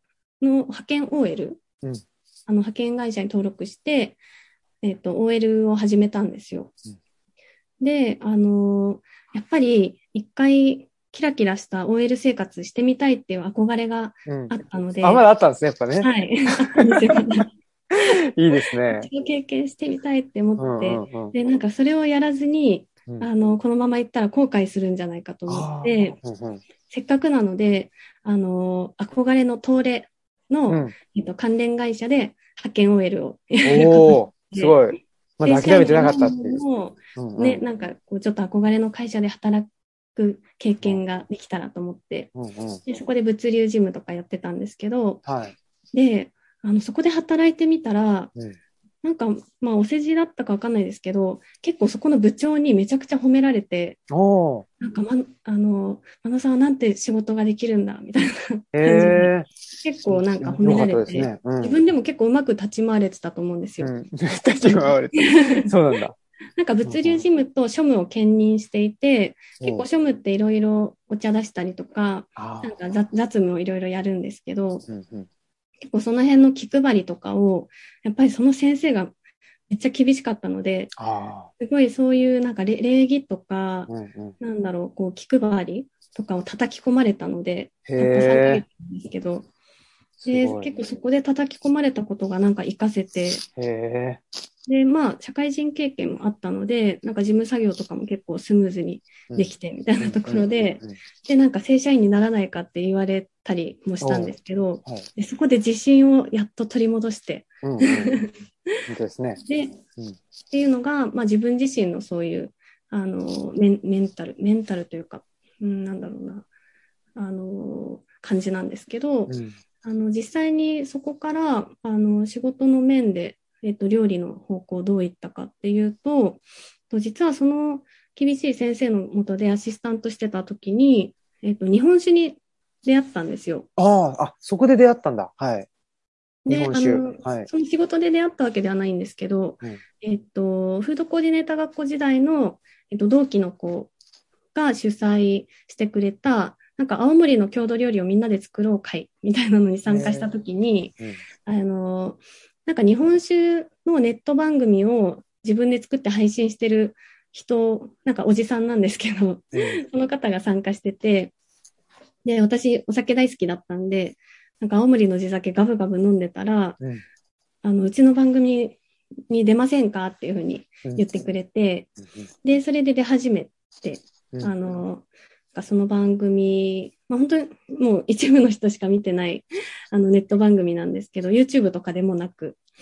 OL、派遣会社に登録して、OL を始めたんですよ。で、やっぱり一回キラキラした OL 生活してみたいっていう憧れがあったので。 まだあったんですね、やっぱね。 はい、あったんですよ。 いいですね。 一度経験してみたいって思って、で、なんかそれをやらずに、このまま行ったら後悔するんじゃないかと思って、せっかくなので、憧れの東レの、関連会社で派遣 OL をおー、すごい。まだ諦めてなかったっていう。 ね、なんかこうちょっと憧れの会社で働く経験ができたらと思って、でそこで物流事務とかやってたんですけど、で、そこで働いてみたら、なんか、まあ、お世辞だったかわかんないですけど、結構そこの部長にめちゃくちゃ褒められて、なんか、真野さんはなんて仕事ができるんだ、みたいな感じで、結構なんか褒められて、自分でも結構うまく立ち回れてたと思うんですよ。 立ち回れて。そうなんだ。 なんか物流事務と庶務を兼任していて、結構庶務っていろいろお茶出したりとか、なんか雑務をいろいろやるんですけど、結構その辺の気配りとかを、やっぱりその先生がめっちゃ厳しかったので、すごいそういうなんか礼儀とか、なんだろう、こう気配りとかを叩き込まれたので、たった3ヶ月なんですけど、で結構そこで叩き込まれたことがなんか活かせて、で、まあ、社会人経験もあったので、なんか事務作業とかも結構スムーズにできてみたいなところで、で、なんか正社員にならないかって言われたりもしたんですけど、でそこで自信をやっと取り戻して、 ですね。 で、っていうのが、まあ自分自身のそういう、メンタルというか、なんだろうな、感じなんですけど、実際にそこから、仕事の面で、料理の方向どういったかっていうと、実はその厳しい先生のもとでアシスタントしてた時に、日本酒に出会ったんですよ。 そこで出会ったんだ。はい。 で、その仕事で出会ったわけではないんですけど、フードコーディネーター学校時代の、同期の子が主催してくれた、なんか青森の郷土料理をみんなで作ろう会みたいなのに参加したときに、なんか日本酒のネット番組を自分で作って配信してる人、なんかおじさんなんですけど、その方が参加してて、で、私お酒大好きだったんで、なんか青森の地酒ガブガブ飲んでたら、うちの番組に出ませんかっていうふうに言ってくれて、で、それで出始めて、その番組、まあ、本当にもう一部の人しか見てないネット番組なんですけど、YouTube とかでもなく、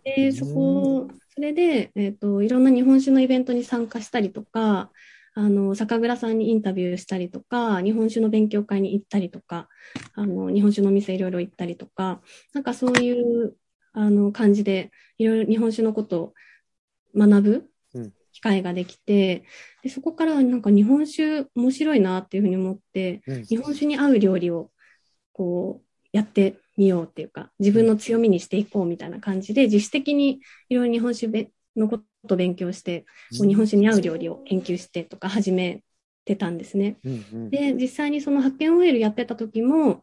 で、それで、いろんな日本酒のイベントに参加したりとか、酒蔵さんにインタビューしたりとか、日本酒の勉強会に行ったりとか、日本酒のお店いろいろ行ったりとか、なんかそういう、感じで、いろいろ日本酒のことを学ぶ機会ができて、でそこからなんか日本酒面白いなっていうふうに思って、日本酒に合う料理をこうやってみようっていうか、自分の強みにしていこうみたいな感じで、自主的にいろいろ日本酒のことを勉強して、日本酒に合う料理を研究してとか始めてたんですね。で、実際にその発見 OL やってた時も、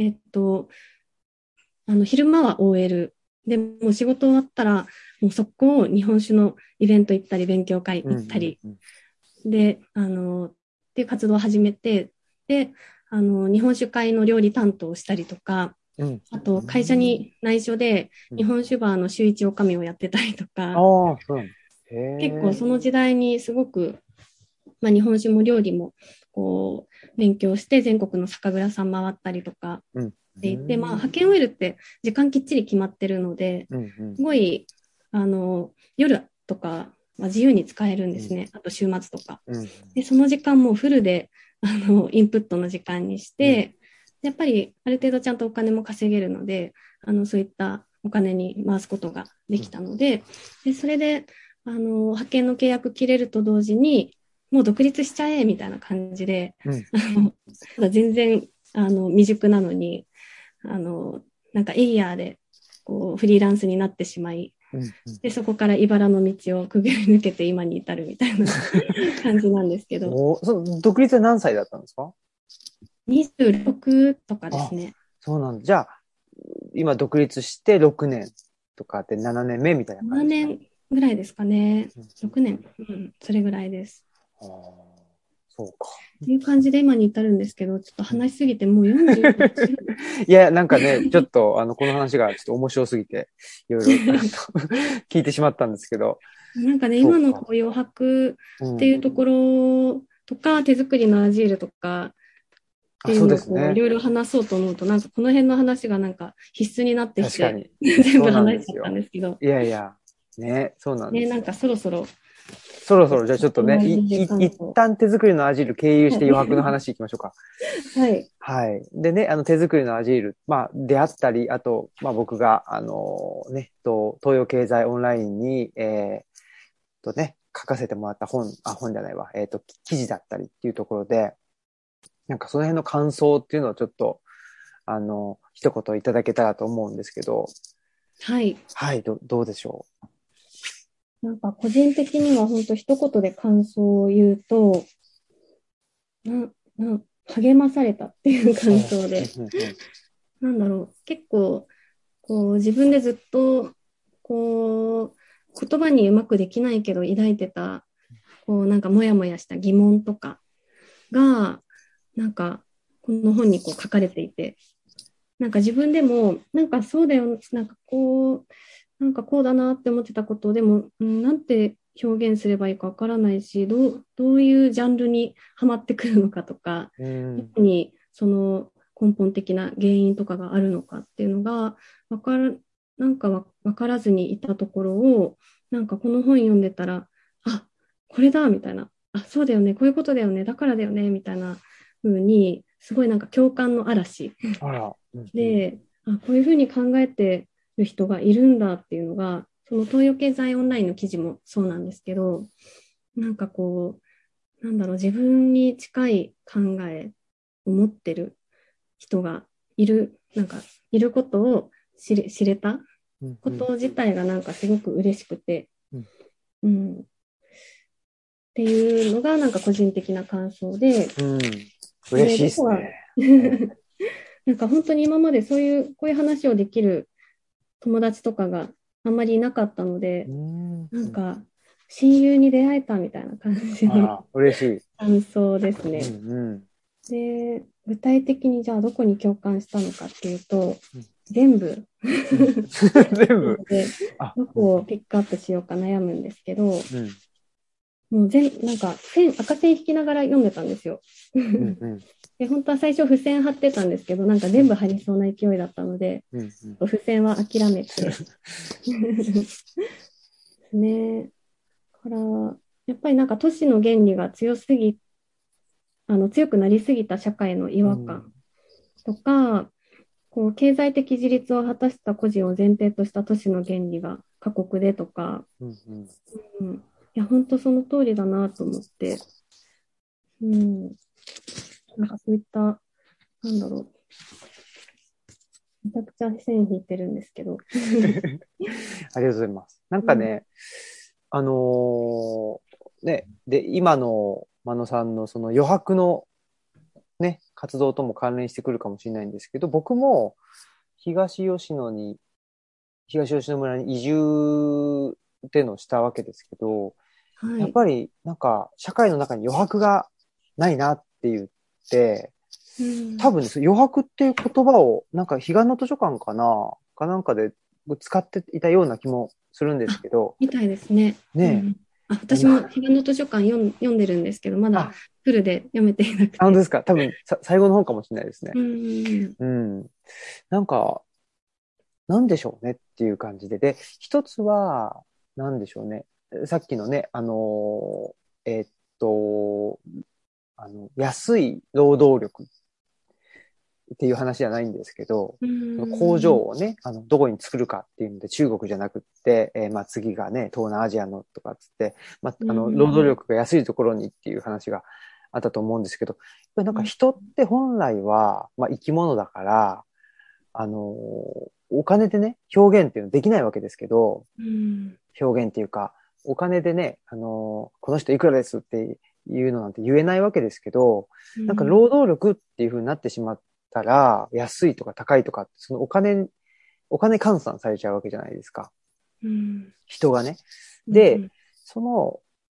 昼間は OL、でも仕事終わったら、もう速攻日本酒のイベント行ったり、勉強会行ったり、で、っていう活動を始めて、で、日本酒会の料理担当をしたりとか、あと会社に内緒で日本酒バーの週一おかみをやってたりとか、結構その時代にすごく、日本酒も料理もこう勉強して全国の酒蔵さん回ったりとかしていて、派遣 OL って時間きっちり決まってるので、すごい夜とか自由に使えるんですね。あと週末とか。でその時間もフルでインプットの時間にして、やっぱりある程度ちゃんとお金も稼げるので、そういったお金に回すことができたので、でそれで派遣の契約切れると同時に、もう独立しちゃえみたいな感じで、ただ全然未熟なのに、なんかエイヤーでこうフリーランスになってしまい、でそこから茨の道をくぐり抜けて今に至るみたいな感じなんですけど。 独立は何歳だったんですか ？26とかですね。 そうなんだ。じゃあ、今独立して6年とかって7年目みたいな感じ。 7年ぐらいですかね。6年。それぐらいです。 そうか。 っていう感じで今に至るんですけど、ちょっと話しすぎてもう40 いや、なんかね、ちょっとこの話がちょっと面白すぎて、いろいろ聞いてしまったんですけど。 なんかね、今のこう余白っていうところとか、手作りのアジールとかっていうのをこういろいろ話そうと思うと、なんかこの辺の話がなんか必須になってきて、全部話しちゃったんですけど。 いやいや、ね、そうなんですよ。 ね、なんかそろそろじゃあちょっとね、一旦手作りのアジール経由して余白の話いきましょうか。 はい。 はい。でね、手作りのアジール、であったり、あと、僕が、東洋経済オンラインに、書かせてもらった本じゃないわ、記事だったりっていうところで、なんかその辺の感想っていうのをちょっと、一言いただけたらと思うんですけど。 はい。 はい、どうでしょう。 なんか個人的には本当一言で感想を言うと、励まされたっていう感想で、なんだろう、結構、こう自分でずっと、こう、言葉にうまくできないけど抱いてた、こうなんかモヤモヤした疑問とかが、なんかこの本にこう書かれていて、なんか自分でも、なんかそうだよ、なんかこうだなって思ってたことでも、なんて表現すればいいかわからないし、どういうジャンルにはまってくるのかとか、にその根本的な原因とかがあるのかっていうのが分からずにいたところを、なんかこの本読んでたら、あ、これだみたいな、あ、そうだよね、こういうことだよね、だからだよねみたいな風に、すごいなんか共感の嵐で、こういうふうに考えてる人がいるんだっていうのが、その東洋経済オンラインの記事もそうなんですけど、なんかこう、なんだろう、自分に近い考えを持ってる人がいることを知れたこと自体がなんかすごく嬉しくて、っていうのがなんか個人的な感想で、 嬉しいですね。 なんか本当に今までこういう話をできる友達とかがあんまりいなかったので、なんか親友に出会えたみたいな感じの嬉しい感想ですね。で、具体的にじゃあどこに共感したのかっていうと、全部でどこをピックアップしようか悩むんですけど、もうなんか赤線引きながら読んでたんですよ。 で、本当は最初付箋貼ってたんですけど、なんか全部貼りそうな勢いだったので、 うん付箋は諦めて。ね。から、やっぱりなんか都市の原理が強くなりすぎた社会の違うん。 和感とか、こう経済的自立を果たした個人を前提とした都市の原理が過酷でとか、 うんうんうん、いや、本当その通りだなと思って、うん、なんかそういった、なんだろう、めちゃくちゃ線引いてるんですけど。 ありがとうございます。なんうん、 かね、あのね、で、今の真野さんのその余白のね、活動とも関連してくるかもしれないんですけど、僕も東吉野に、東吉野村に移住っていうのをしたわけですけど、 はい。 やっぱりなんか社会の中に余白がないなって言って、 うん、 多分です余白っていう言葉をなんか彼岸の図書館かなんかで使っていたような気もするんですあ、 けど、 みたいですね。うねん、あ、 え、 私も彼岸の図書館読んでるんですけど、まだあ、 フルで読めていなくて。 本当ですか？多分最後の方かもしれないですね。 うん、 うん。なんか、なんでしょうねっていう感じで。で、一つは、なんでしょうね。さっきのね、えーっと、安い労働力っていう話じゃないんですけど、 うその工場ん、 をね、どこに作るかっていうので、中国じゃなくって、まあ次がね、東南アジアのとかっつって、まあ、 うん、 労働力が安いところにっていう話があったと思うんですけど、やっぱりなんか人って本来は、まあ生き物だから、お金でね、表現っていうのできないわけですけど、 うん、 表現っていうか、お金でね、この人いくらですっていうのなんて言えないわけですけど、なんかうん、 労働力っていう風になってしまったら、安いとか高いとか、そのお金換算されちゃうわけじゃないですか。 うん、 人がね。で、 うん、 その、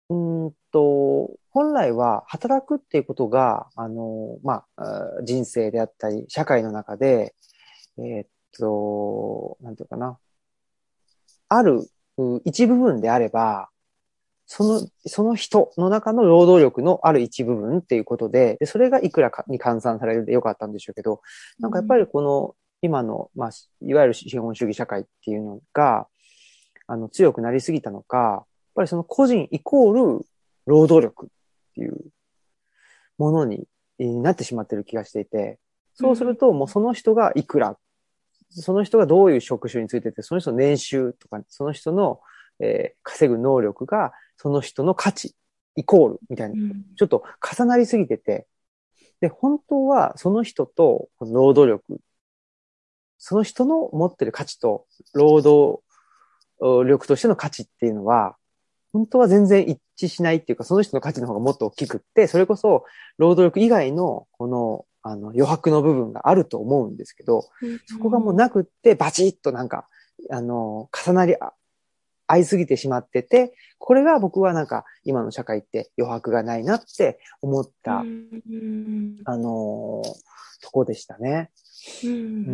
本来は働くっていうことが、まあ、人生であったり、社会の中で、えーっなんていうかな、ある一部分であれば、その人の中の労働力のある一部分っていうことで、それがいくらかに換算されるでよかったんでしょうけど、なんかやっぱりこの今の、まあ、いわゆる資本主義社会っていうのが、強くなりすぎたのか、やっぱりその個人イコール労働力っていうものになってしまってる気がしていて、そうするともうその人がいくら、その人がどういう職種についてて、その人の年収とか、その人の、稼ぐ能力が、その人の価値、イコールみたいな、 うん、 ちょっと重なりすぎてて、で、本当はその人と労働力、その人の持ってる価値と労働力としての価値っていうのは、本当は全然一致しないっていうか、その人の価値の方がもっと大きくって、それこそ労働力以外のこの、余白の部分があると思うんですけど、 うん、 そこがもうなくって、バチッとなんか、重なり合いすぎてしまってて、これが僕はなんか今の社会って余白がないなって思っうた、 ん、 とこでしたね。 うん、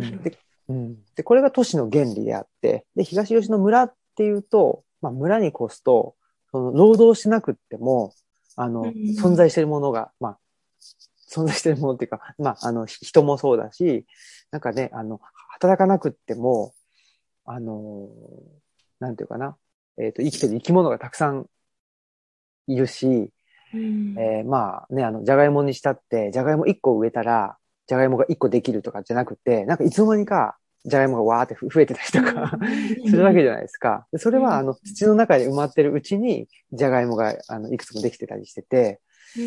うん、 なるほど。 で、これが都市の原理であって、で、東吉野村っていうと、まあ、村に越すと、その労働しなくっても、 う存ん、 在しているものが、まあ、存在しているものっていうか、まあ、人もそうだし、なんかね、働かなくっても、あの、なんていうかな、生きてる生き物がたくさんいるし、 うん、 まあね、じゃがいもにしたって、じゃがいも1個植えたら、じゃがいもが1個できるとかじゃなくて、なんかいつの間にか、じゃがいもがわーって増えてたりうとかん、 するわけじゃないですか。でそれは、 うん、 土の中で埋まってるうちに、じゃがいもが、いくつもできてたりしてて、 うん、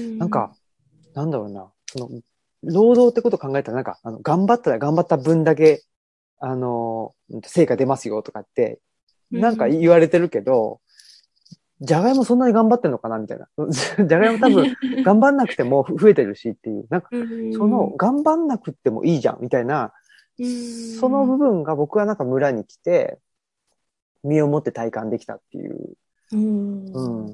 なんか、なんだろうな、労働ってことを考えたら、なんか、頑張ったら頑張った分だけ、成果出ますよとかって、なんかうん、 言われてるけど、じゃがいもそんなに頑張ってんのかなみたいな。じゃがいも多分頑張んなくても増えてるしっていう。なんか、 うそのん、 頑張んなくてもいいじゃんみたいな、 うそのん、 部分が僕はなんか村に来て、身をもって体感できたっていう。 うん、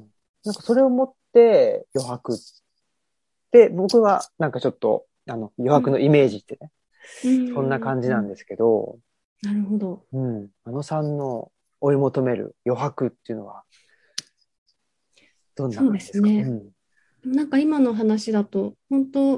うん。なんかそれをもって余白って僕はなんかちょっと、余白のイメージってね、 うそんな感じなんん、 ですけど、 なるほど。 うん。さんの追い求める余白っていうのはどんなそうで感じですか？うすね。 ん。 なんか今の話だと、本当、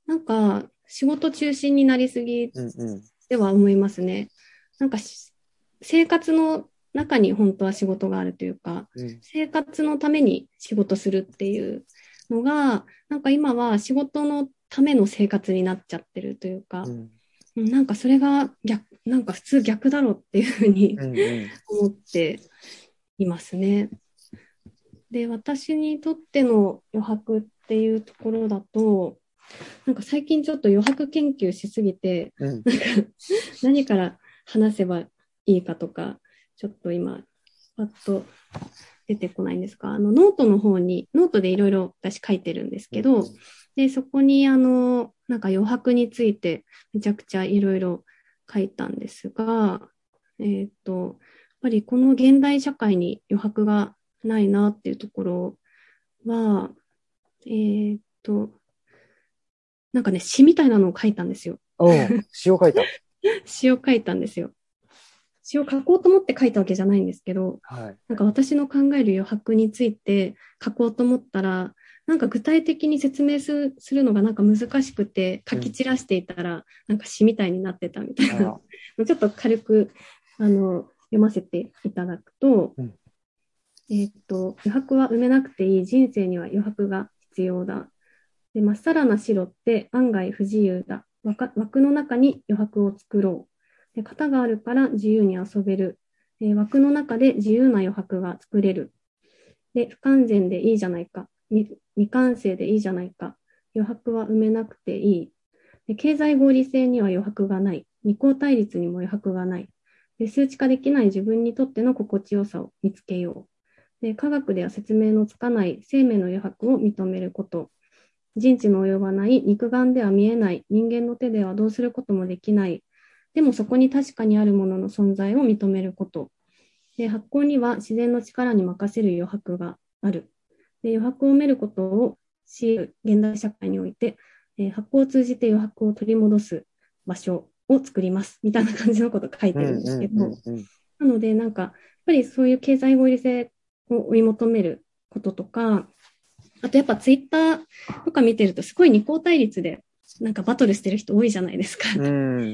なんか仕事中心になりすぎうんうん。 では思いますね。なんか生活の中に本当は仕事があるというか、 うん。 生活のために仕事するっていうのが、なんか今は仕事のための生活になっちゃってるというか、 うん。 なんかそれがなんか普通逆だろうっていうふうにうんうん。 思っていますね。で、私にとっての余白っていうところだと、なんか最近ちょっと余白研究しすぎて、 うん。 なんか何から話せばいいかとか、ちょっと今、パッと出てこないんですが、ノートの方に、ノートでいろいろ私書いてるんですうん。 けど、で、そこになんか余白についてめちゃくちゃいろいろ書いたんですが、やっぱりこの現代社会に余白がないなっていうところは、えーっと、なんかね、詩みたいなのを書いたんですよ。 おう、詩を書いた。 詩を書いたんですよ。詩を書こうと思って書いたわけじゃないんですけど、 はい。 なんか私の考える余白について書こうと思ったら、なんか具体的に説明するのがなんか難しくて、書きうん。 散らしていたら、なんか詩みたいになってたみたいなあら。 ちょっと軽く読ませていただくと、 うん。 余白は埋めなくていい、人生には余白が必要だ。で、まっさらな白って案外不自由だ。枠の中に余白を作ろう。で、型があるから自由に遊べる。枠の中で自由な余白が作れる。で、不完全でいいじゃないか。未完成でいいじゃないか。余白は埋めなくていい。で、経済合理性には余白がない。二項対立にも余白がない。で、数値化できない自分にとっての心地よさを見つけよう。で、科学では説明のつかない生命の余白を認めること。人知の及ばない肉眼では見えない人間の手ではどうすることもできない。でもそこに確かにあるものの存在を認めること。で、発酵には自然の力に任せる余白がある。で、余白を埋めることを強いる現代社会において、発酵を通じて余白を取り戻す場所を作りますみたいな感じのことを書いうんてるんですうんうけど、 んうん。 なのでなんかやっぱりそういう経済合理性を追い求めることとか、あとやっぱツイッターとか見てるとすごい二項対立でなんかバトルしてる人多いじゃないですか。 うん。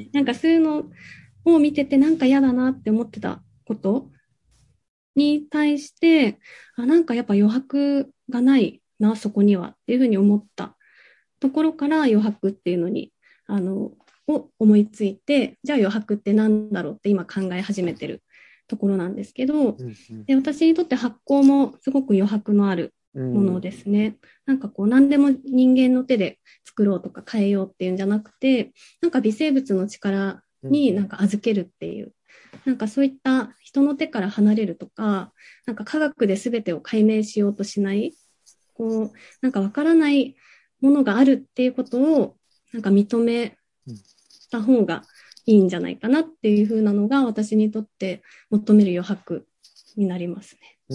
なんかそういうのを見ててなんか嫌だなって思ってたことに対して、なんかやっぱ余白がないな、そこにはっていうふうに思ったところから余白っていうのに、を思いついて、じゃあ余白って何だろうって今考え始めてるところなんですけど、 うんうんで、私にとって発酵もすごく余白のあるものですね。なんかこう何でも人間の手で作ろうとか変えようっていうんじゃなくて、なんか微生物の力になんか預けるっていう、なんかそういった人の手から離れるとか、なんか科学で全てを解明しようとしない、こう、なんかわからないものがあるっていうことを、なんか認めた方がいいんじゃないかなっていう風なのが私にとって求める余白になりますね。 うん。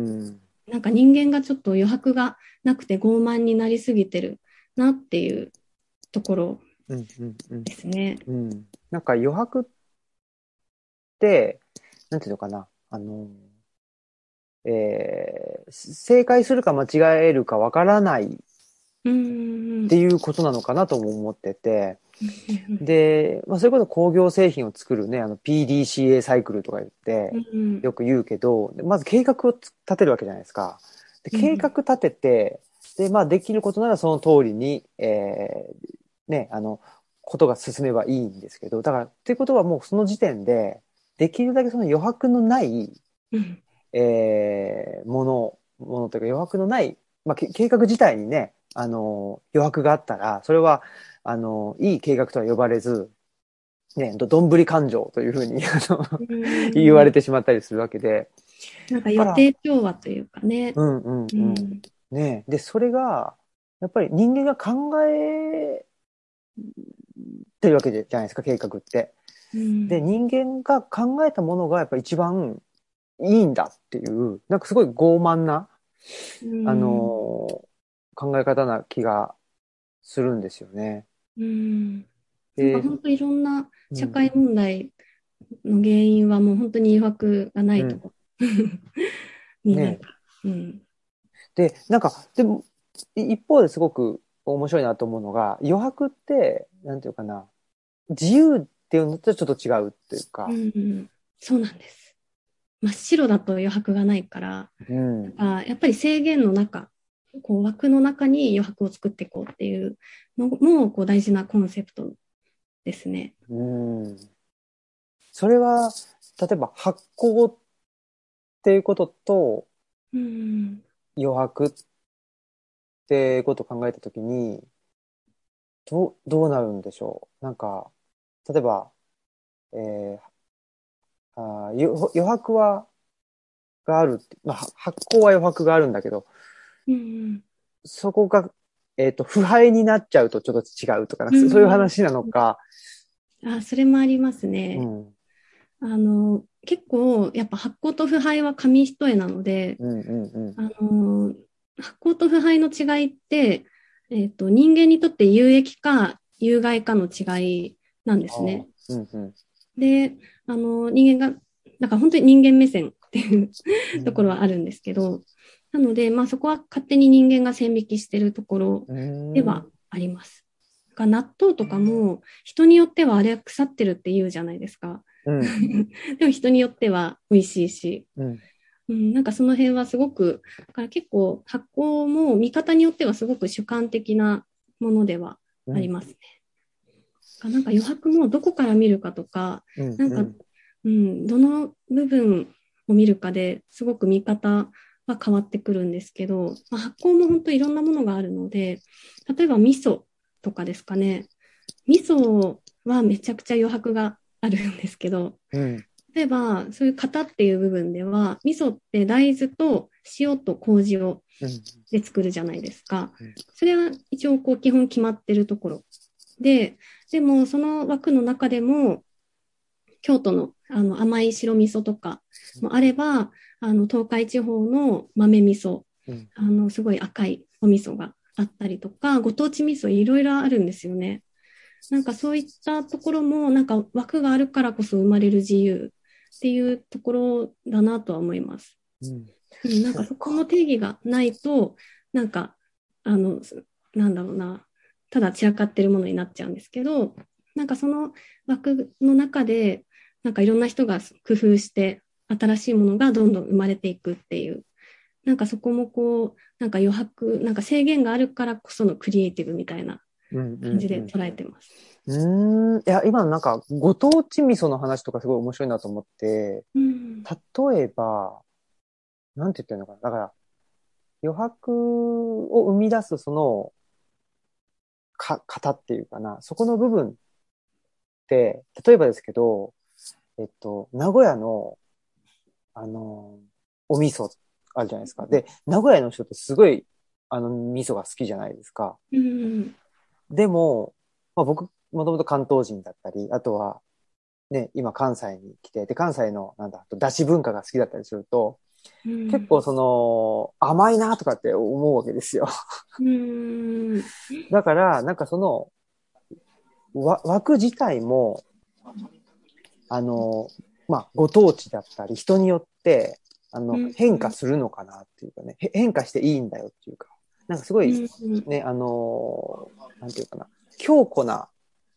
うん。 なんか人間がちょっと余白がなくて傲慢になりすぎてるなっていうところうんうんうんですね。 うん。なんか余白って、なんていうのかな。正解するか間違えるかわからないっうん。 ていうことなのかなとも思ってて、で、まあ、それこそ工業製品を作るね、PDCA サイクルとか言って、よく言うけど、まず計画を立てるわけじゃないですか。で、計画立てて、で、まあ、できることならその通りに、ね、ことが進めばいいんですけど、だから、っていうことはもうその時点で、できるだけその余白のない、ものというか余白のない、まあ、計画自体にね、余白があったら、それは、いい計画とは呼ばれず、ね、どんぶり勘定というふうに言われてしまったりするわけで。 なんかだから、 予定調和というかね。 うんうんうん。 うん。 ね、で、それが、やっぱり人間が考えてるわけじゃないですか、計画って。で、 うん。 人間が考えたものがやっぱ一番いいんだっていう、なんかすごい傲慢な、 うあん。 の考え方な気がするんですよね。 うん。なんかで、 本当いろんなうん、 社会問題の原因はもう本当に余白がなうん、 いとこになんね。 か、うん。 で、なんか、でも、一方ですごく、 面白いなと思うのが、余白って、なんていうかな、自由っていうのとちょっと違うっていうか、 うんうん、そうなんです。真っ白だと余白がないから、 うん。 やっぱり制限の中、こう枠の中に余白を作っていこうっていうのもこう大事なコンセプトですね。 うん。それは、例えば発酵っていうこととうん、 余白ってことを考えたときに、どうなるんでしょう。なんか、例えば、えー、余白があるって、まあ、発酵は余白があるんだけど、 うん、 そこが、腐敗になっちゃうとちょっと違うとかな、 うん、 そういううん、 話なのか、 それもありますね。 うん、 結構やっぱ発酵と腐敗は紙一重なので、 うん、うん、うん。 あの、発酵と腐敗の違いって、人間にとって有益か有害かの違いなんでああ、 すね。 うん、うん。 で、人間が、だから本当に人間目線っていうところうん、 はあるんですけど、なので、まあそこは勝手に人間が線引きしてるところうん、 ではあります。納豆とかも人によってはあれ腐ってるって言うじゃないですか。 うん、 でも人によっては美味しいし、 うん、 うん、なんかその辺はすごく、だから結構発酵も見方によってはすごく主観的なものではうん、 ありますね。なんか余白もどこから見るかとか、 うん、 なんか、 うん、 うん、どの部分を見るかですごく見方は変わってくるんですけど、まあ、発酵も本当いろんなものがあるので、例えば味噌とかですかね。味噌はめちゃくちゃ余白があるんですけど、 うん、 例えば、そういう型っていう部分では、味噌って大豆と塩と麹をうん、 で作るじゃないですか。それは一応こう基本決まってるところで、でもその枠の中でも、京都の甘い白味噌とかもあれば、東海地方の豆味噌、 うん、 すごい赤いお味噌があったりとか、ご当地味噌いろいろあるんですよね。なんかそういったところも、なんか枠があるからこそ生まれる自由っていうところだなとは思います。 うん。 うん、なんそかそこのっか。 定義がないと、なんか、あの、なんだろうな、ただ散らかってるものになっちゃうんですけど、なんかその枠の中で、なんかいろんな人が工夫して、新しいものがどんどん生まれていくっていう、なんかそこもこう、なんか余白、なんか制限があるからこそのクリエイティブみたいなうん、うん、 感じで捉えてます。 うん。いや、今のなんか、ご当地味噌の話とかすごい面白いなと思って、 うん。 例えば、なんて言ってるのかな。だから、余白を生み出すその、型っていうかな。そこの部分って、例えばですけど、名古屋の、あの、お味噌あるじゃないですか。で、名古屋の人ってすごい、味噌が好きじゃないですか。 うん。 でも、まあ、僕、もともと関東人だったり、あとは、ね、今関西に来て、で、関西の、なんだ、だし文化が好きだったりすると、 うん。 結構その、甘いなとかって思うわけですよ。 うん。 だから、なんかその、枠自体も、あの、まあ、ご当地だったり、人によって、 うん。 変化するのかなっていうかね、変化していいんだよっていうか、なんかすごい、 うん。うん。 ね、なんていうかな、強固な、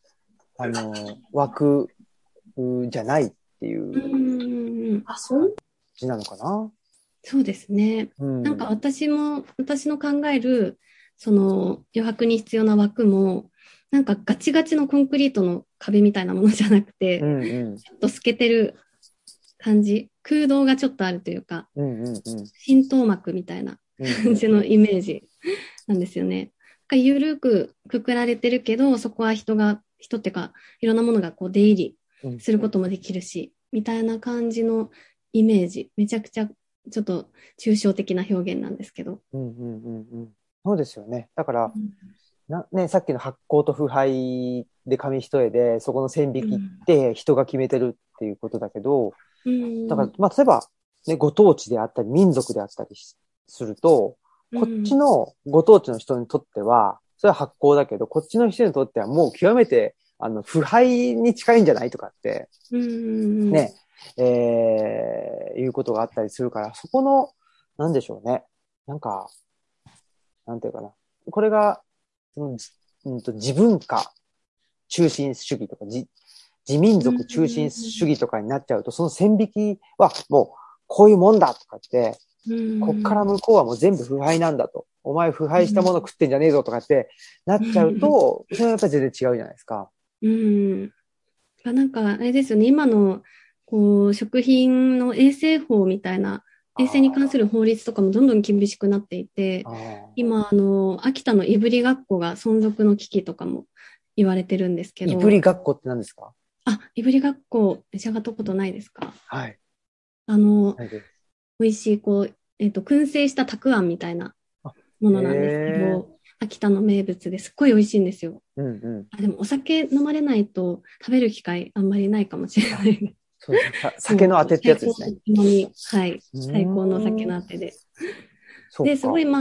枠じゃないっていううん。 感じなのかな。 そうですね。 うなんかん。 私の考える、その余白に必要な枠も、なんかガチガチのコンクリートの壁みたいなものじゃなくて、 うんうん。 ちょっと透けてる感じ、空洞がちょっとあるというか、 うんうんうん。 浸透膜みたいなうんう感じのんうん。 イメージなんですよね。ゆるくくくられてるけど、そこは人っていうか、いろんなものがこう出入りうんすることもできるし、みたいな感じのイメージ。めちゃくちゃちょっと抽象的な表現なんですけど。 うんうんうんうん。そうですよね。だから、 うん。 ね、さっきの発酵と腐敗で紙一重で、そこの線引きっうん。 て人が決めてるっていうことだけど、 うだから、 ん。 まあ、例えば、ね、ご当地であったり、民族であったりすると、こっちうん。 のご当地の人にとっては、それは発酵だけど、こっちの人にとってはもう極めて、腐敗に近いんじゃないとかって、 うん。 ね、いうことがあったりするから、そこの、なんでしょうね。なんか、なんていうかな。これが、 その、自文化中心主義とか、自民族中心主義とかになっちゃうと、その線引きはもうこういうもんだとかって、こっから向こうはもう全部腐敗なんだと。お前腐敗したもの食ってんじゃねえぞとかってなっちゃうと、それはやっぱり全然違うじゃないですか。 なんか、あれですよね、今の、こう、食品の衛生法みたいな、衛生に関する法律とかもどんどん厳しくなっていて、今、秋田のいぶりがっこが存続の危機とかも言われてるんですけど。 いぶりがっこって何ですか？ いぶりがっこ召し上がったことないですか？ はい。 美味しい、こう、燻製したたくあんみたいなものなんですけど、秋田の名物ですっごい美味しいんですよ。でもお酒飲まれないと食べる機会あんまりないかもしれない。 そうですね。酒のあてってやつですね。 はい。最高の酒のあてで。で、すごい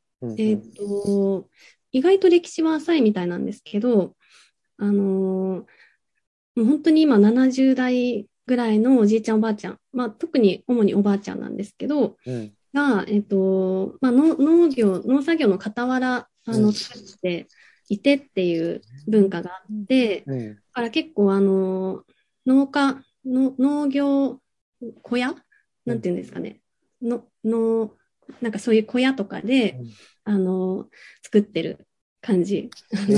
意外と歴史は浅いみたいなんですけど、もう本当に今70代ぐらいのおじいちゃんおばあちゃん、特に主におばあちゃんなんですけど、が、農作業の傍ら、作っていてっていう文化があって、だから結構、農業小屋なんていうんですかね。なんかそういう小屋とかで、作ってる感じ。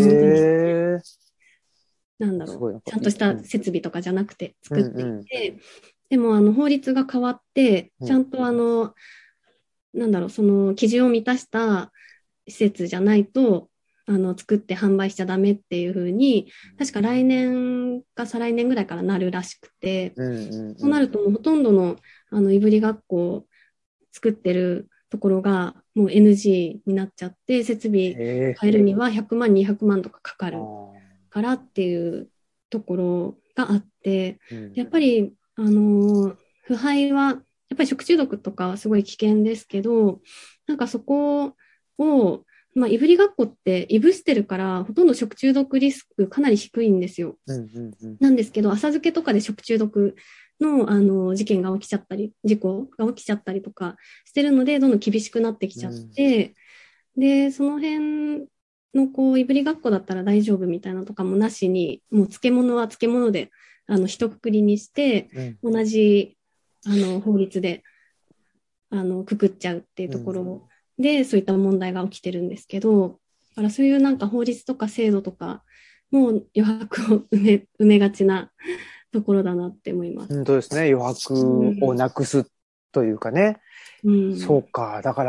なんだろう。ちゃんとした設備とかじゃなくて作っていて、でも法律が変わって、ちゃんとなんだろう、その基準を満たした施設じゃないと、作って販売しちゃダメっていうふうに、確か来年か再来年ぐらいからなるらしくて、そうなるともうほとんどの、いぶりがっこを作ってるところがもう NG になっちゃって、設備変えるには100万、200万とかかかるからっていうところがあって、やっぱり、腐敗は、やっぱり食中毒とかはすごい危険ですけど、なんかそこを、いぶりがっこっていぶしてるから、ほとんど食中毒リスクかなり低いんですよ。なんですけど、浅漬けとかで食中毒の、事件が起きちゃったり、事故が起きちゃったりとかしてるので、どんどん厳しくなってきちゃって、で、その辺のこう、いぶりがっこだったら大丈夫みたいなとかもなしに、もう漬物は漬物で、一括りにして、同じ、法律で、くくっちゃうっていうところで、そういった問題が起きてるんですけど、だからそういうなんか法律とか制度とか、もう余白を埋めがちなところだなって思います。 本当ですね。余白をなくすというかね。そうか。だから、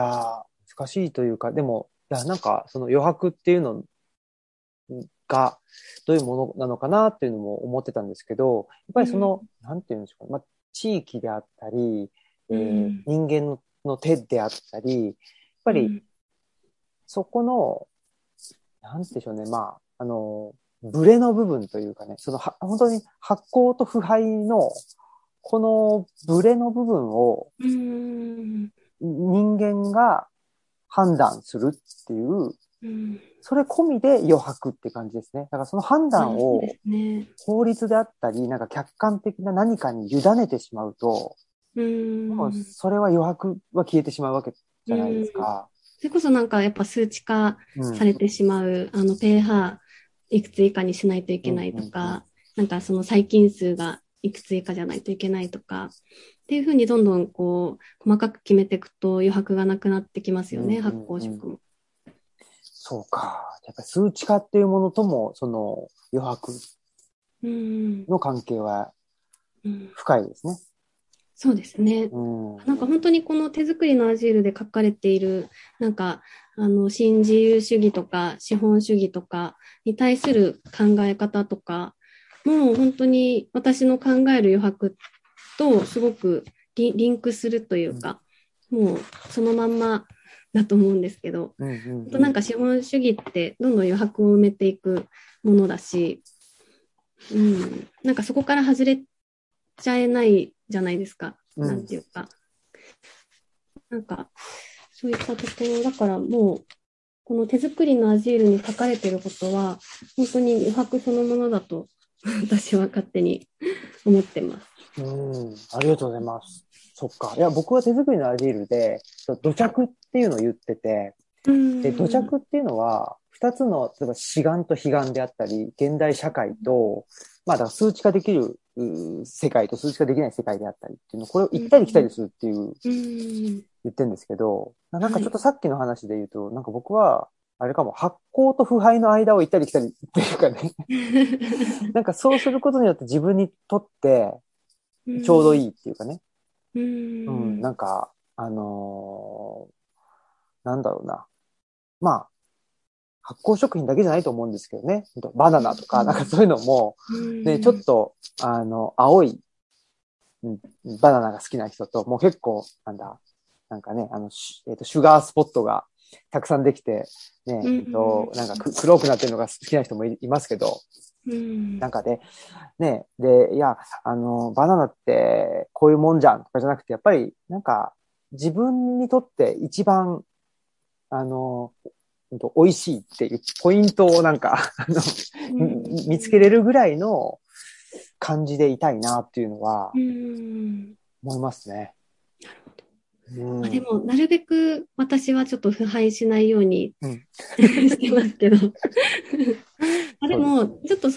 難しいというか、でも、いや、なんか、その余白っていうのが、どういうものなのかなっていうのも思ってたんですけど、やっぱりその、なんていうんですかね。地域であったり、人間の手であったり、やっぱり、そこの、なんていうんでしょうね。ブレの部分というかね、その本当に発酵と腐敗の、このブレの部分を人間が判断するっていう、それ込みで余白って感じですね。だからその判断を法律であったり、なんか客観的な何かに委ねてしまうと、もうそれは余白は消えてしまうわけじゃないですか。 それこそなんかやっぱ数値化されてしまう、pHいくつ以下にしないといけないとか、なんかその細菌数がいくつ以下じゃないといけないとか、っていうふうにどんどんこう、細かく決めていくと余白がなくなってきますよね、発酵食も。 そうか。やっぱり数値化っていうものとも、その余白の関係は深いですね。 そうですね。なんか本当にこの手作りのアジールで書かれている、なんか、新自由主義とか資本主義とかに対する考え方とか、もう本当に私の考える余白とすごくリンクするというか、もうそのまんまだと思うんですけど、なんか資本主義ってどんどん余白を埋めていくものだし、なんかそこから外れちゃえないじゃないですか。なんていうか。なんか、そういったところ、だからもう、この手作りのアジールに書かれていることは、本当に余白そのものだと、私は勝手に思ってます。 ありがとうございます。そっか。いや、僕は手作りのアジールで、土着っていうのを言ってて、で、土着っていうのは、 二つの、例えば志願と悲願であったり、現代社会と、まあだから数値化できる世界と数値化できない世界であったりっていうの、これを行ったり来たりするっていう、言ってるんですけど、なんかちょっとさっきの話で言うと、なんか僕は、あれかも、発酵と腐敗の間を行ったり来たりっていうかね、なんかそうすることによって自分にとってちょうどいいっていうかね、なんか、なんだろうな。まあ、発酵食品だけじゃないと思うんですけどね。バナナとか、なんかそういうのも、ね、ちょっと、青い、バナナが好きな人と、もう結構、なんかね、シュガースポットがたくさんできて、ね、なんか黒くなってるのが好きな人もいますけど、なんかで、ね、で、いや、バナナってこういうもんじゃんとかじゃなくて、やっぱり、なんか、自分にとって一番、美味しいっていうポイントをなんか見つけれるぐらいの感じでいたいなっていうのは思いますね。 でも、なるべく私はちょっと腐敗しないようにしてますけど。でも、ちょっと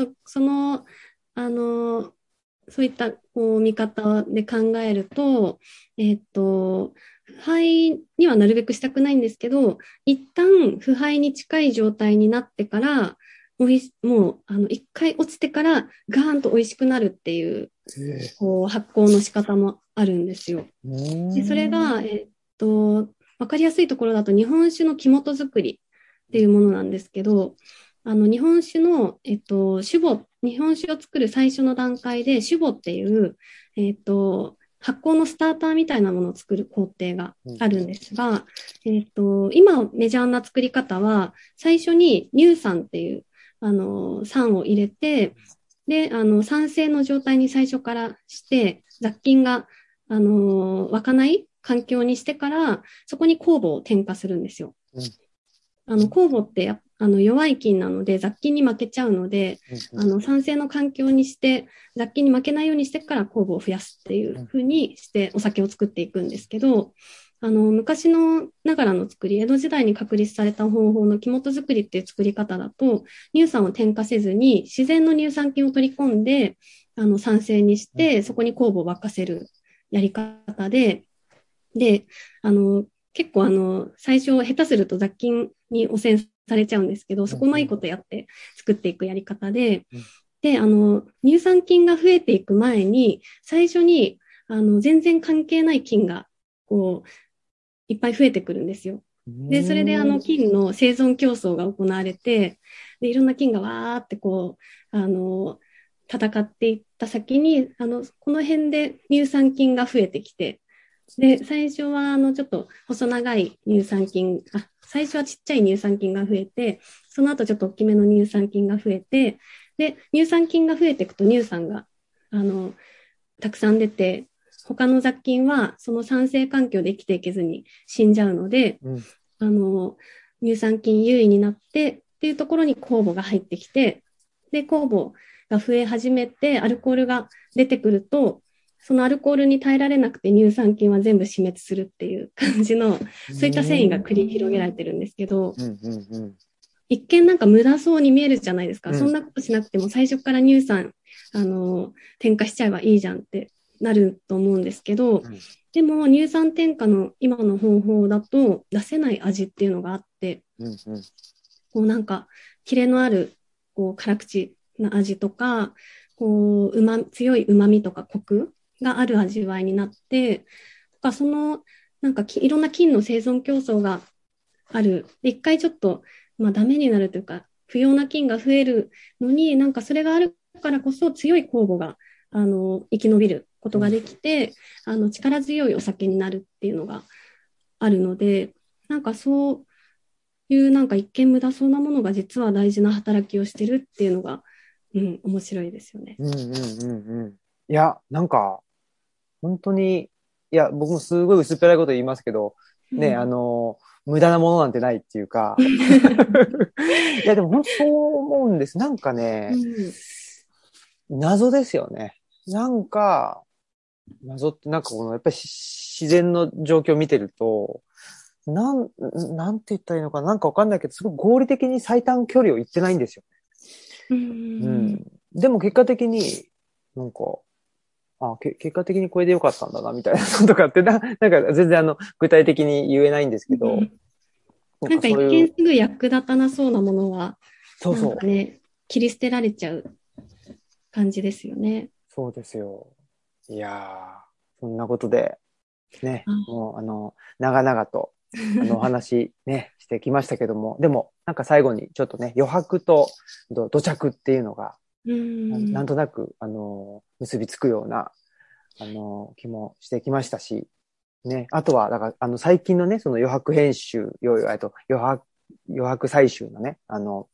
そういったこう見方で考えると、腐敗にはなるべくしたくないんですけど、一旦腐敗に近い状態になってから、もう一回落ちてからガーンと美味しくなるっていう、こう発酵の仕方もあるんですよ。でそれが、わかりやすいところだと日本酒の木本作りっていうものなんですけど、日本酒の、日本酒を作る最初の段階で酒母っていう、発酵のスターターみたいなものを作る工程があるんですが、今メジャーな作り方は、最初に乳酸っていう、酸を入れて、で、酸性の状態に最初からして、雑菌が、湧かない環境にしてから、そこに酵母を添加するんですよ。酵母って弱い菌なので雑菌に負けちゃうので、酸性の環境にして雑菌に負けないようにしてから酵母を増やすっていう風にしてお酒を作っていくんですけど、昔のながらの作り、江戸時代に確立された方法の木本作りっていう作り方だと、乳酸を添加せずに自然の乳酸菌を取り込んで酸性にしてそこに酵母を沸かせるやり方で、結構最初下手すると雑菌に汚染されちゃうんですけど、そこもいいことやって作っていくやり方で、で、乳酸菌が増えていく前に、最初に全然関係ない菌がこういっぱい増えてくるんですよ。で、それで菌の生存競争が行われて、で、いろんな菌がわーってこう、戦っていった先に、この辺で乳酸菌が増えてきて、で、最初はちょっと細長い乳酸菌、最初はちっちゃい乳酸菌が増えて、その後ちょっと大きめの乳酸菌が増えて、で、乳酸菌が増えていくと乳酸が、たくさん出て、他の雑菌はその酸性環境で生きていけずに死んじゃうので、乳酸菌優位になってっていうところに酵母が入ってきて、で、酵母が増え始めて、アルコールが出てくると、そのアルコールに耐えられなくて乳酸菌は全部死滅するっていう感じの、そういった繊維が繰り広げられてるんですけど、一見なんか無駄そうに見えるじゃないですか。そんなことしなくても最初から乳酸、添加しちゃえばいいじゃんってなると思うんですけど、でも乳酸添加の今の方法だと出せない味っていうのがあって、こうなんかキレのあるこう辛口な味とか、こう強い旨味とかコクがある味わいになって、そのなんかいろんな菌の生存競争がある。で、一回ちょっと、ダメになるというか、不要な菌が増えるのに、なんかそれがあるからこそ強い酵母が、生き延びることができて、力強いお酒になるっていうのがあるので、なんかそういうなんか一見無駄そうなものが実は大事な働きをしてるっていうのが、面白いですよね。 いや、なんか、本当に、いや、僕もすごい薄っぺらいこと言いますけど、ね、無駄なものなんてないっていうか。いや、でも本当そう思うんです。なんかね、謎ですよね。なんか、謎ってなんかやっぱり自然の状況を見てると、 なんて言ったらいいのかな、なんかわかんないけど、すごい合理的に最短距離を行ってないんですよ。 ううん。 ん。 でも結果的に、なんか、結果的にこれでよかったんだな、みたいなのとかってなんか全然具体的に言えないんですけど、なんなんかかそういう、 一見すぐ役立たなそうなものは、なんそうそう、 かね、切り捨てられちゃう感じですよね。 そうですよ。いやー、そんなことで、ね、 あ、 もう長々と、お話ね、してきましたけども、でも、なんか最後にちょっとね、余白と土着っていうのが、 うん。 なんとなく、結びつくような、気もしてきましたし、ね、あとは、だから、最近のね、その余白編集、余白採集のね、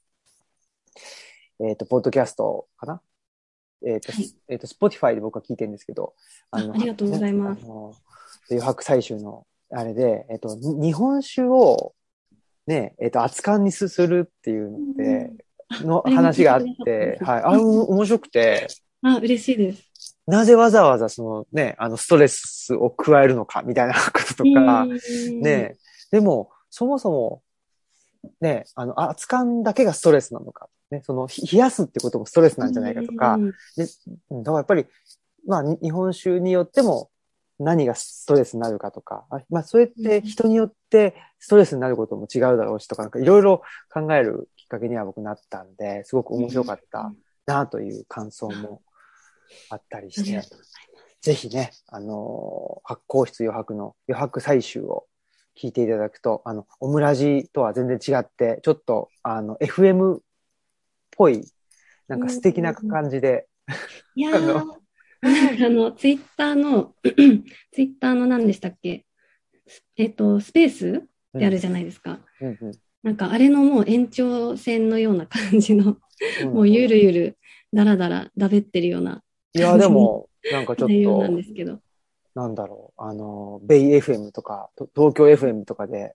ポッドキャストかなはい。 スポティファイで僕は聞いてるんですけど、 ありがとうごね、 ざいます。 余白採集の、あれで、日本酒を、ね、熱燗にするっていうので、のあれも聞話があいてくださったんって、 ですね。 はい、面白くて、 あ、嬉しいです。 なぜわざわざそのね、ストレスを加えるのかみたいなこととうか、 ん。 ね、でも、そもそも、ね、熱燗だけがストレスなのか、ね、冷やすってこともストレスうなんじゃないかとか、 ん。 で、だからやっぱり、まあ、日本酒によっても何がストレスになるかとか、まあ、それって人によってストレスになることも違うだろうしとか、なんかいろいろ考えるきっかけには僕なったんで、すごく面白かったなという感想もあったりして、 ありがとうございぜひね、発酵室余白の余白採集を聞いていただくと、オムラジとは全然違って、ちょっと、FM っぽい、なんか素敵なます。 感じで、 いやあの、 ー、なんかツイッターの、ツイッターの何でしたっけ、スペースっうん、 てあるじゃないですか。 うん、うん。 なんかあれのもう延長線のような感じの、 そうもうゆなんです。 るゆる、だらだら、だべってるようないや、 感じのでも、なんかちょっ内容なんと、 ですけど。 なんだろう、ベイ FM とか、東京 FM とかで、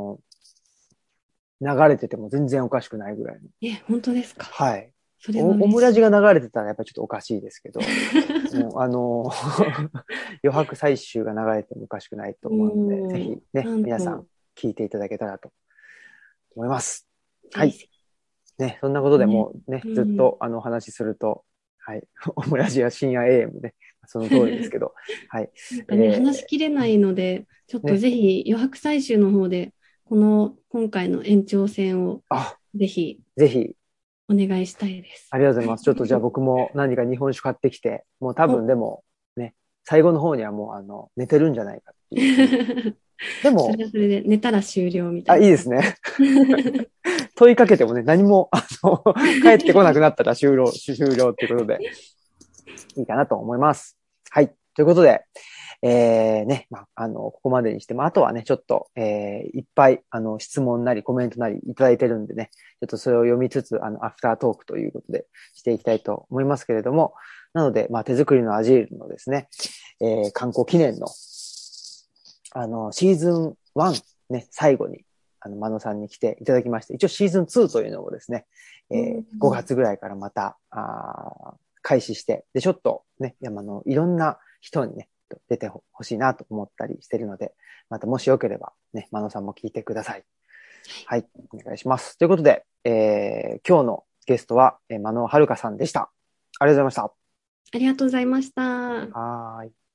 流れてても全然おかしくないぐらいの。 本当ですか？ はい。 それはオ嬉しい。 ムラジが流れてたらやっぱりちょっとおかしいですけど、もう余白採集が流れてもおかしくないと思うので、ぜひおー、 ね、 なん皆さんと、 聞いていただけたらと思います。はい。 ぜひぜね、そんなことひね。 でもうね、 うん。 ずっとお話しすると、はい。オムラジや深夜 AM ね、その通りですけど、はい。 なんかね、話しえきれないので、ちょっとね、 ぜひ余白採集の方で、今回の延長戦をあ、 ぜひぜひ、 お願いしたいです。 ありがとうございます。ちょっとじゃあ僕も何か日本酒買ってきて、もう多分おでもね、最後の方にはもう寝てるんじゃないかっていうふうに。でも、 それはそれで寝たら終了みたあ、いいいな感じ。 ですね。問いかけてもね、何も、帰ってこなくなったら終了っていうことで、いいかなと思います。はい。ということで、ね、まあ、ここまでにして、まあ、あとはね、ちょっと、いっぱい、質問なりコメントなりいただいてるんでね、ちょっとそれを読みつつ、アフタートークということでしていきたいと思いますけれども、なので、まあ、手作りのアジールのですね、観光記念の、シーズン1、ね、最後に、マノさんに来ていただきまして、一応シーズン2というのをですね、5月ぐらいからまた、開始して、で、ちょっとね、いろんな人にね、出てほしいなと思ったりしてるので、またもしよければね、マノさんも聞いてください。はい、お願いします。ということで、今日のゲストは、マノはるかさんでした。ありがとうございました。 ありがとうございました。 はーい。